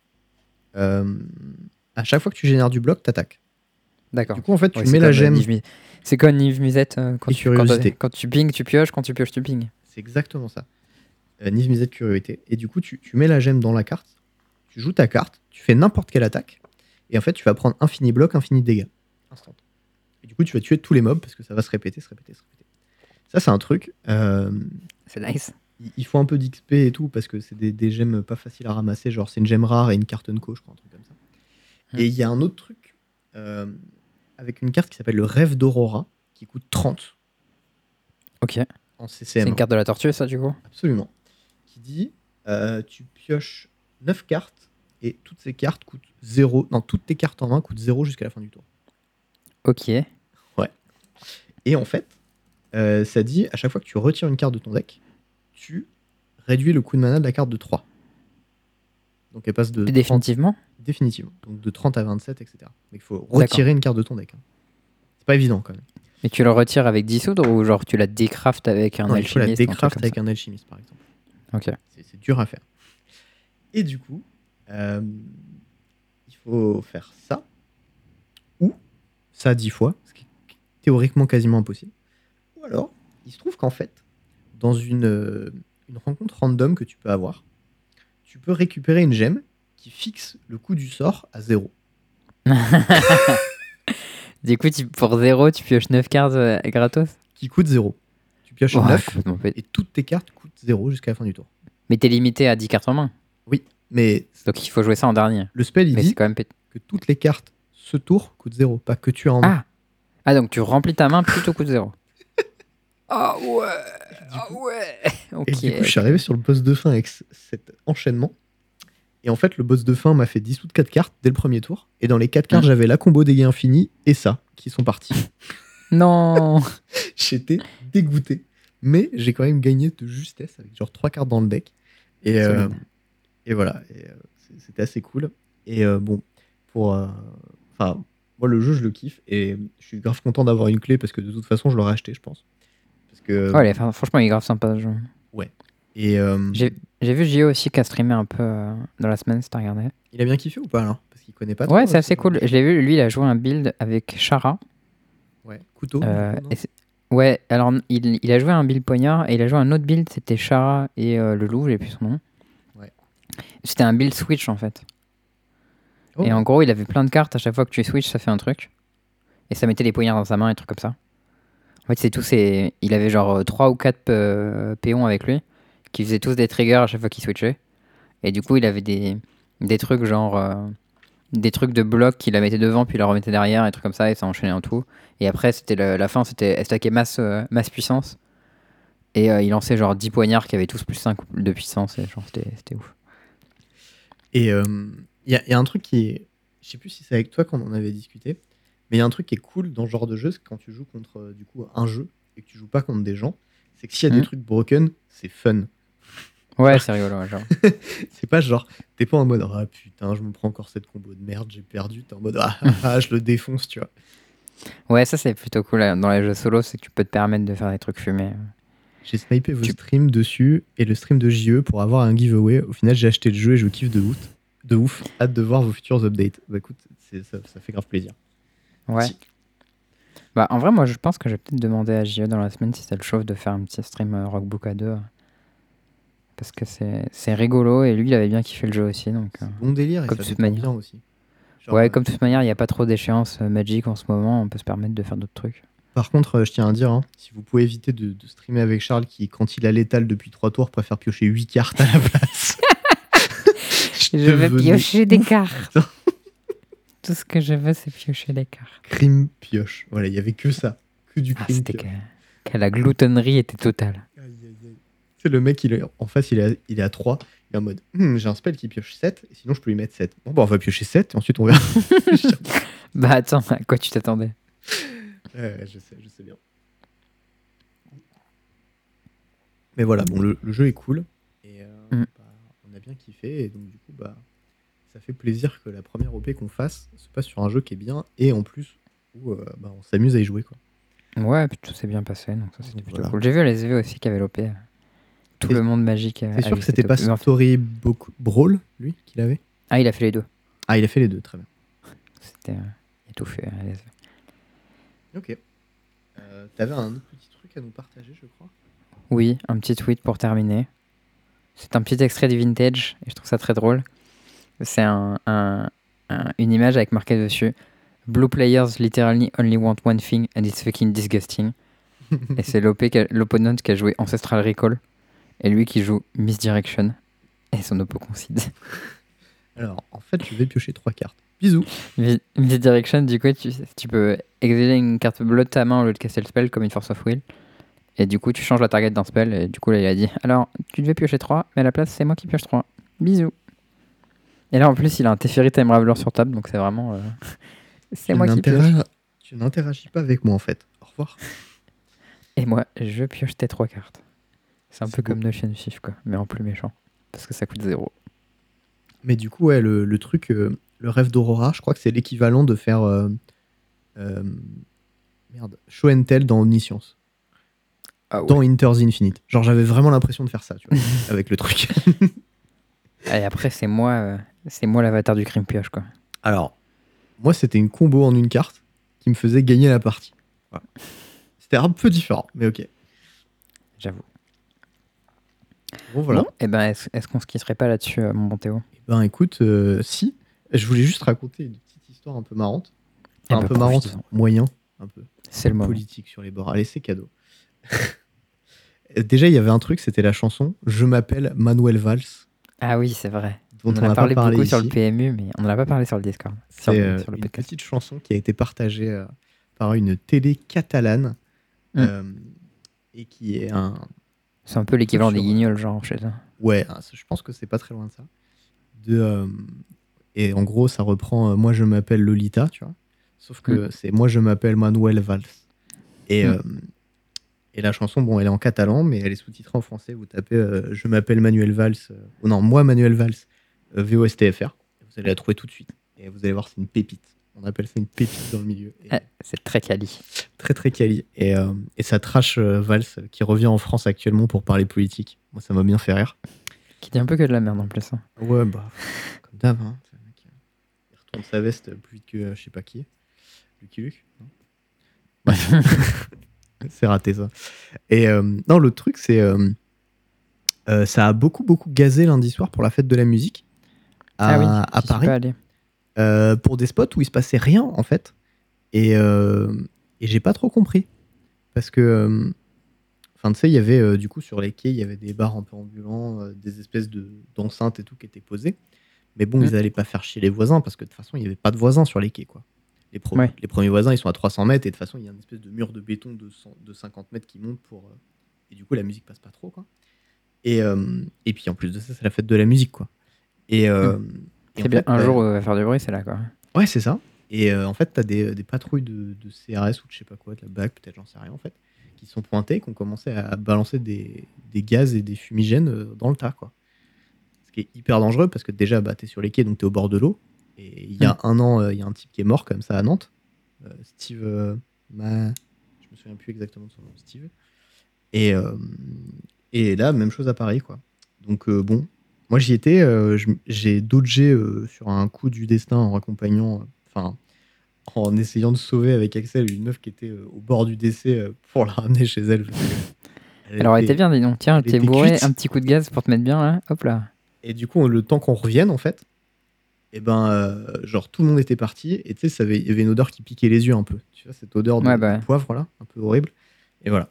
à chaque fois que tu génères du bloc, tu attaques. D'accord. Du coup, en fait, tu mets la gemme. C'est comme Niv Mizzet quand tu pinges, tu pioches, quand tu pioches, tu pinges. C'est exactement ça. Niv Mizzet curiosité. Et du coup, tu mets la gemme dans la carte, tu joues ta carte, tu fais n'importe quelle attaque, et en fait, tu vas prendre infini bloc, infini dégâts. Instant. Et du coup, tu vas tuer tous les mobs parce que ça va se répéter. Ça, c'est un truc. C'est nice. Il faut un peu d'XP et tout parce que c'est des gemmes pas faciles à ramasser. Genre, c'est une gemme rare et une carte unco, je crois, un truc comme ça. Et il y a un autre truc avec une carte qui s'appelle le Rêve d'Aurora qui coûte 30. Ok. En CCM. C'est une carte de la tortue, ça, du coup? Absolument. Qui dit tu pioches 9 cartes et toutes ces cartes coûtent 0. Non, toutes tes cartes en main coûtent 0 jusqu'à la fin du tour. Ok. Ouais. Et en fait, ça dit à chaque fois que tu retires une carte de ton deck, tu réduis le coût de mana de la carte de 3. Donc elle passe de... Définitivement 30, définitivement. Donc de 30 à 27, etc. Mais il faut retirer une carte de ton deck. Hein. C'est pas évident quand même. Mais tu le retires avec dissoudre ou genre tu la décraftes avec un alchimiste? Il faut la décraft avec un alchimiste, par exemple. Ok. C'est dur à faire. Et du coup, il faut faire ça, ou ça 10 fois, ce qui est théoriquement quasiment impossible. Ou alors, il se trouve qu'en fait, dans une rencontre random que tu peux avoir, tu peux récupérer une gemme qui fixe le coût du sort à 0. Du coup, pour 0, tu pioches 9 cartes gratos? Qui coûte 0. Tu pioches 9 et toutes tes cartes coûtent 0 jusqu'à la fin du tour. Mais t'es limité à 10 cartes en main. Oui, mais... Donc il faut jouer ça en dernier. Le spell, il dit quand même que toutes les cartes ce tour coûtent 0, pas que tu as en main. Ah, donc tu remplis ta main plutôt coûte 0. Ah ouais. Okay, et du coup, je suis arrivé sur le boss de fin avec cet enchaînement. Et en fait, le boss de fin m'a fait dissoudre 4 cartes dès le premier tour. Et dans les 4 cartes, j'avais la combo dégâts infinis et ça, qui sont partis. Non. J'étais dégoûté. Mais j'ai quand même gagné de justesse avec genre 3 cartes dans le deck. Et voilà. C'était assez cool. Et bon, enfin, moi, le jeu, je le kiffe. Et je suis grave content d'avoir une clé parce que de toute façon, je l'aurais acheté, je pense. Parce que... Ouais, franchement, il est grave sympa, ce jeu. Ouais. Et j'ai vu Gio aussi qui a streamé un peu dans la semaine, si t'as regardé. Il a bien kiffé ou pas alors? Parce qu'il connaît pas trop. Ouais, c'est assez cool. Je l'ai vu, lui, il a joué un build avec Chara. Ouais, couteau. Ouais, alors il a joué un build poignard et il a joué un autre build, c'était Chara et le loup, j'ai plus son nom. Ouais. C'était un build switch en fait. Oh, Et en gros, il avait plein de cartes, à chaque fois que tu switch, ça fait un truc. Et ça mettait des poignards dans sa main et trucs comme ça. En fait, c'est tout. Il avait genre 3 ou 4 péons avec lui, qui faisaient tous des triggers à chaque fois qu'il switchait. Et du coup, il avait des trucs genre. Des trucs de bloc qu'il la mettait devant, puis il la remettait derrière, et trucs comme ça, et ça enchaînait en tout. Et après, c'était la fin, c'était elle stackait masse puissance. Et il lançait genre 10 poignards qui avaient tous plus 5 de puissance, et genre c'était ouf. Et y a un truc qui est. Je sais plus si c'est avec toi qu'on en avait discuté, mais il y a un truc qui est cool dans ce genre de jeu, c'est que quand tu joues contre du coup un jeu et que tu joues pas contre des gens, c'est que s'il y a des trucs broken, c'est fun. Ouais, c'est rigolo, ouais, genre. C'est pas genre, t'es pas en mode ah putain, je me prends encore cette combo de merde, j'ai perdu. T'es en mode je le défonce, tu vois. Ouais, ça c'est plutôt cool dans les jeux solo, c'est que tu peux te permettre de faire des trucs fumés. J'ai snipé vos streams dessus et le stream de JE pour avoir un giveaway. Au final, j'ai acheté le jeu et je kiffe de ouf. Hâte de voir vos futurs updates. Bah écoute, ça fait grave plaisir. Ouais. Si. Bah en vrai, moi je pense que je vais peut-être demander à JE dans la semaine si ça le chauffe de faire un petit stream Rockbook à 2. Parce que c'est rigolo et lui il avait bien kiffé le jeu aussi. Donc, C'est bon délire et comme ça de toute détend manière. bien aussi. Genre, Ouais, comme de toute manière, il n'y a pas trop d'échéances Magic en ce moment, on peut se permettre de faire d'autres trucs. Par contre, je tiens à dire, hein, si vous pouvez éviter de streamer avec Charles qui, quand il a l'étal depuis 3 tours, préfère piocher 8 cartes à la place. Je vais piocher des cartes. Tout ce que je veux, c'est piocher des cartes. Crime pioche. Voilà, il n'y avait que ça. Que du crime c'était pioche. que la gloutonnerie était totale. C'est le mec, en face, il est à 3. Il est en mode, j'ai un spell qui pioche 7, et sinon je peux lui mettre 7. Bon, bah on va piocher 7, et ensuite on verra. Bah attends, à quoi tu t'attendais? Je sais bien. Mais voilà, bon, le jeu est cool. Et bah, on a bien kiffé. Et donc, du coup, bah, ça fait plaisir que la première OP qu'on fasse se passe sur un jeu qui est bien. Et en plus, où bah, on s'amuse à y jouer, quoi. Ouais, puis tout s'est bien passé, donc ça c'était plutôt Voilà. cool. J'ai vu les EV aussi qui avaient l'OP. Tout le monde magique. T'es sûr que c'était pas Story Brawl, lui, qu'il avait? Ah, il a fait les deux. Ah, il a fait les deux, très bien. C'était étouffé, les EV. Ok. T'avais un autre petit truc à nous partager, je crois. Oui, un petit tweet pour terminer. C'est un petit extrait du Vintage, et je trouve ça très drôle. C'est une image avec marqué dessus Blue players literally only want one thing and it's fucking disgusting. Et c'est l'opponent qui a joué Ancestral Recall et lui qui joue Misdirection et son oppo concede. Alors, en fait, je vais piocher 3 cartes. Bisous. Misdirection, du coup, tu peux exiler une carte bleue de ta main au lieu de casser le spell comme une Force of Will. Et du coup, tu changes la target d'un spell. Et du coup, là, il a dit alors, tu devais piocher 3, mais à la place, c'est moi qui pioche 3. Bisous. Et là, en plus, il a un Teferi Time Raveler sur table, donc c'est vraiment. C'est moi qui pioche. Tu n'interagis pas avec moi, en fait. Au revoir. Et moi, je pioche tes 3 cartes. C'est un peu beau. comme Notion Shift, quoi, mais en plus méchant. Parce que ça coûte 0. Mais du coup, ouais, le truc, le rêve d'Aurora, je crois que c'est l'équivalent de faire Show and Tell dans Omniscience. Ah ouais. Dans Inter's Infinite. Genre, j'avais vraiment l'impression de faire ça, tu vois, avec le truc. Et après, c'est moi l'avatar du crime pioche, quoi. Alors, moi, c'était une combo en une carte qui me faisait gagner la partie. Voilà. C'était un peu différent, mais ok. J'avoue. Bon, voilà. Bon, et ben, est-ce qu'on se quitterait pas là-dessus, mon bon Théo? Ben, écoute, si. Je voulais juste raconter une petite histoire un peu marrante. Enfin, un peu marrante, moyen, un peu. C'est le moment. Politique sur les bords. Allez, c'est cadeau. Déjà, il y avait un truc, c'était la chanson Je m'appelle Manuel Valls. Ah oui, c'est vrai. Dont on en a parlé beaucoup ici. sur le PMU, mais on n'en a pas parlé sur le Discord. C'est une petite chanson qui a été partagée par une télé catalane et qui est un... C'est un peu l'équivalent des Guignols, genre, chez eux. Ouais, je pense que c'est pas très loin de ça. Et en gros, ça reprend Moi je m'appelle Lolita, tu vois. Sauf que c'est Moi je m'appelle Manuel Valls. Et la chanson, bon, elle est en catalan, mais elle est sous-titrée en français. Vous tapez Je m'appelle Manuel Valls. Non, Moi Manuel Valls, VOSTFR. Vous allez la trouver tout de suite. Et vous allez voir, c'est une pépite. On appelle ça une pépite dans le milieu. C'est très quali. Très, très quali. Et ça trash Valls, qui revient en France actuellement pour parler politique. Moi, ça m'a bien fait rire. Qui dit un peu que de la merde en plus. Hein. Ouais, bah, comme d'hab. Hein. Il retourne sa veste plus vite que je sais pas qui. Lucky Luke. C'est raté ça. Et non, le truc, c'est ça a beaucoup gazé lundi soir pour la fête de la musique Ah oui, à j'y suis Paris, pas allé. pour des spots où il se passait rien en fait. Et j'ai pas trop compris parce que enfin tu sais, il y avait du coup sur les quais, il y avait des bars un peu ambulants, des espèces d'enceintes et tout qui étaient posées. Mais bon, Mm. ils allaient pas faire chier les voisins parce que de toute façon, il y avait pas de voisins sur les quais quoi. Ouais. Les premiers voisins, ils sont à 300 mètres et de toute façon, il y a une espèce de mur de béton de 50 mètres qui monte pour et du coup, la musique passe pas trop quoi. Et puis en plus de ça, c'est la fête de la musique quoi. Et, Mm. et C'est en bien, fait, un jour où on va faire du bruit, c'est là, quoi. ouais, c'est ça. Et en fait, t'as des patrouilles de CRS ou de je sais pas quoi, de la BAC, peut-être, j'en sais rien en fait, qui sont pointées, qui ont commencé à balancer des gaz et des fumigènes dans le tas quoi. Ce qui est hyper dangereux parce que déjà, bah, t'es sur les quais, donc t'es au bord de l'eau. Et il y a un an, il y a un type qui est mort comme ça à Nantes. Steve, je me souviens plus exactement de son nom, Steve. Et, et là, même chose à Paris, quoi. Donc bon, moi j'y étais, j'ai dodgé sur un coup du destin en raccompagnant, enfin, en essayant de sauver avec Axel une meuf qui était au bord du décès pour la ramener chez elle. Parce que Alors, elle était bien, dis donc. Tiens, elle t'es était bourré, cuite. un petit coup de gaz pour te mettre bien, là. Hop là. Et du coup, le temps qu'on revienne, en fait, et ben, genre tout le monde était parti. Et tu sais, il y avait une odeur qui piquait les yeux un peu. Tu vois, cette odeur Ouais, de bah. poivre là, un peu horrible. Et voilà.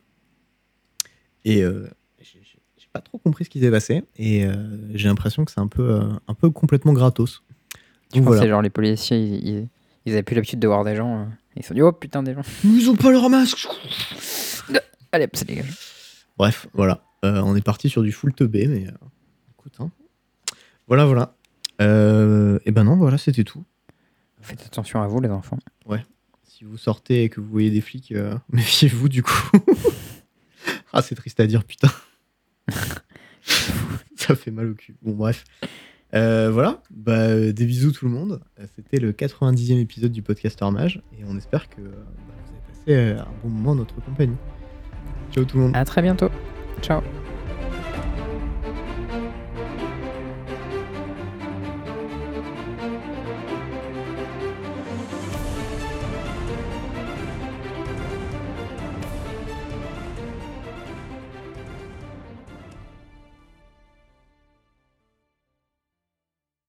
Et j'ai pas trop compris ce qui s'est passé. Et j'ai l'impression que c'est un peu complètement gratos. Je Donc pense que voilà. c'est genre les policiers, ils avaient plus l'habitude de voir des gens. Ils se sont dit, oh putain, des gens. Ils ont pas leur masque. Allez, hop, ça dégage. Bref, voilà. On est parti sur du full teubé, mais écoute, hein. Voilà, voilà. Et ben non, voilà, c'était tout. Faites attention à vous, les enfants. Ouais. Si vous sortez et que vous voyez des flics, méfiez-vous du coup. Ah, c'est triste à dire, putain. Ça fait mal au cul. Bon, bref. Voilà. Bah, des bisous tout le monde. C'était le 90e épisode du Podcaster Mage. Et on espère que vous avez passé un bon moment en notre compagnie. Ciao tout le monde. À très bientôt. Ciao.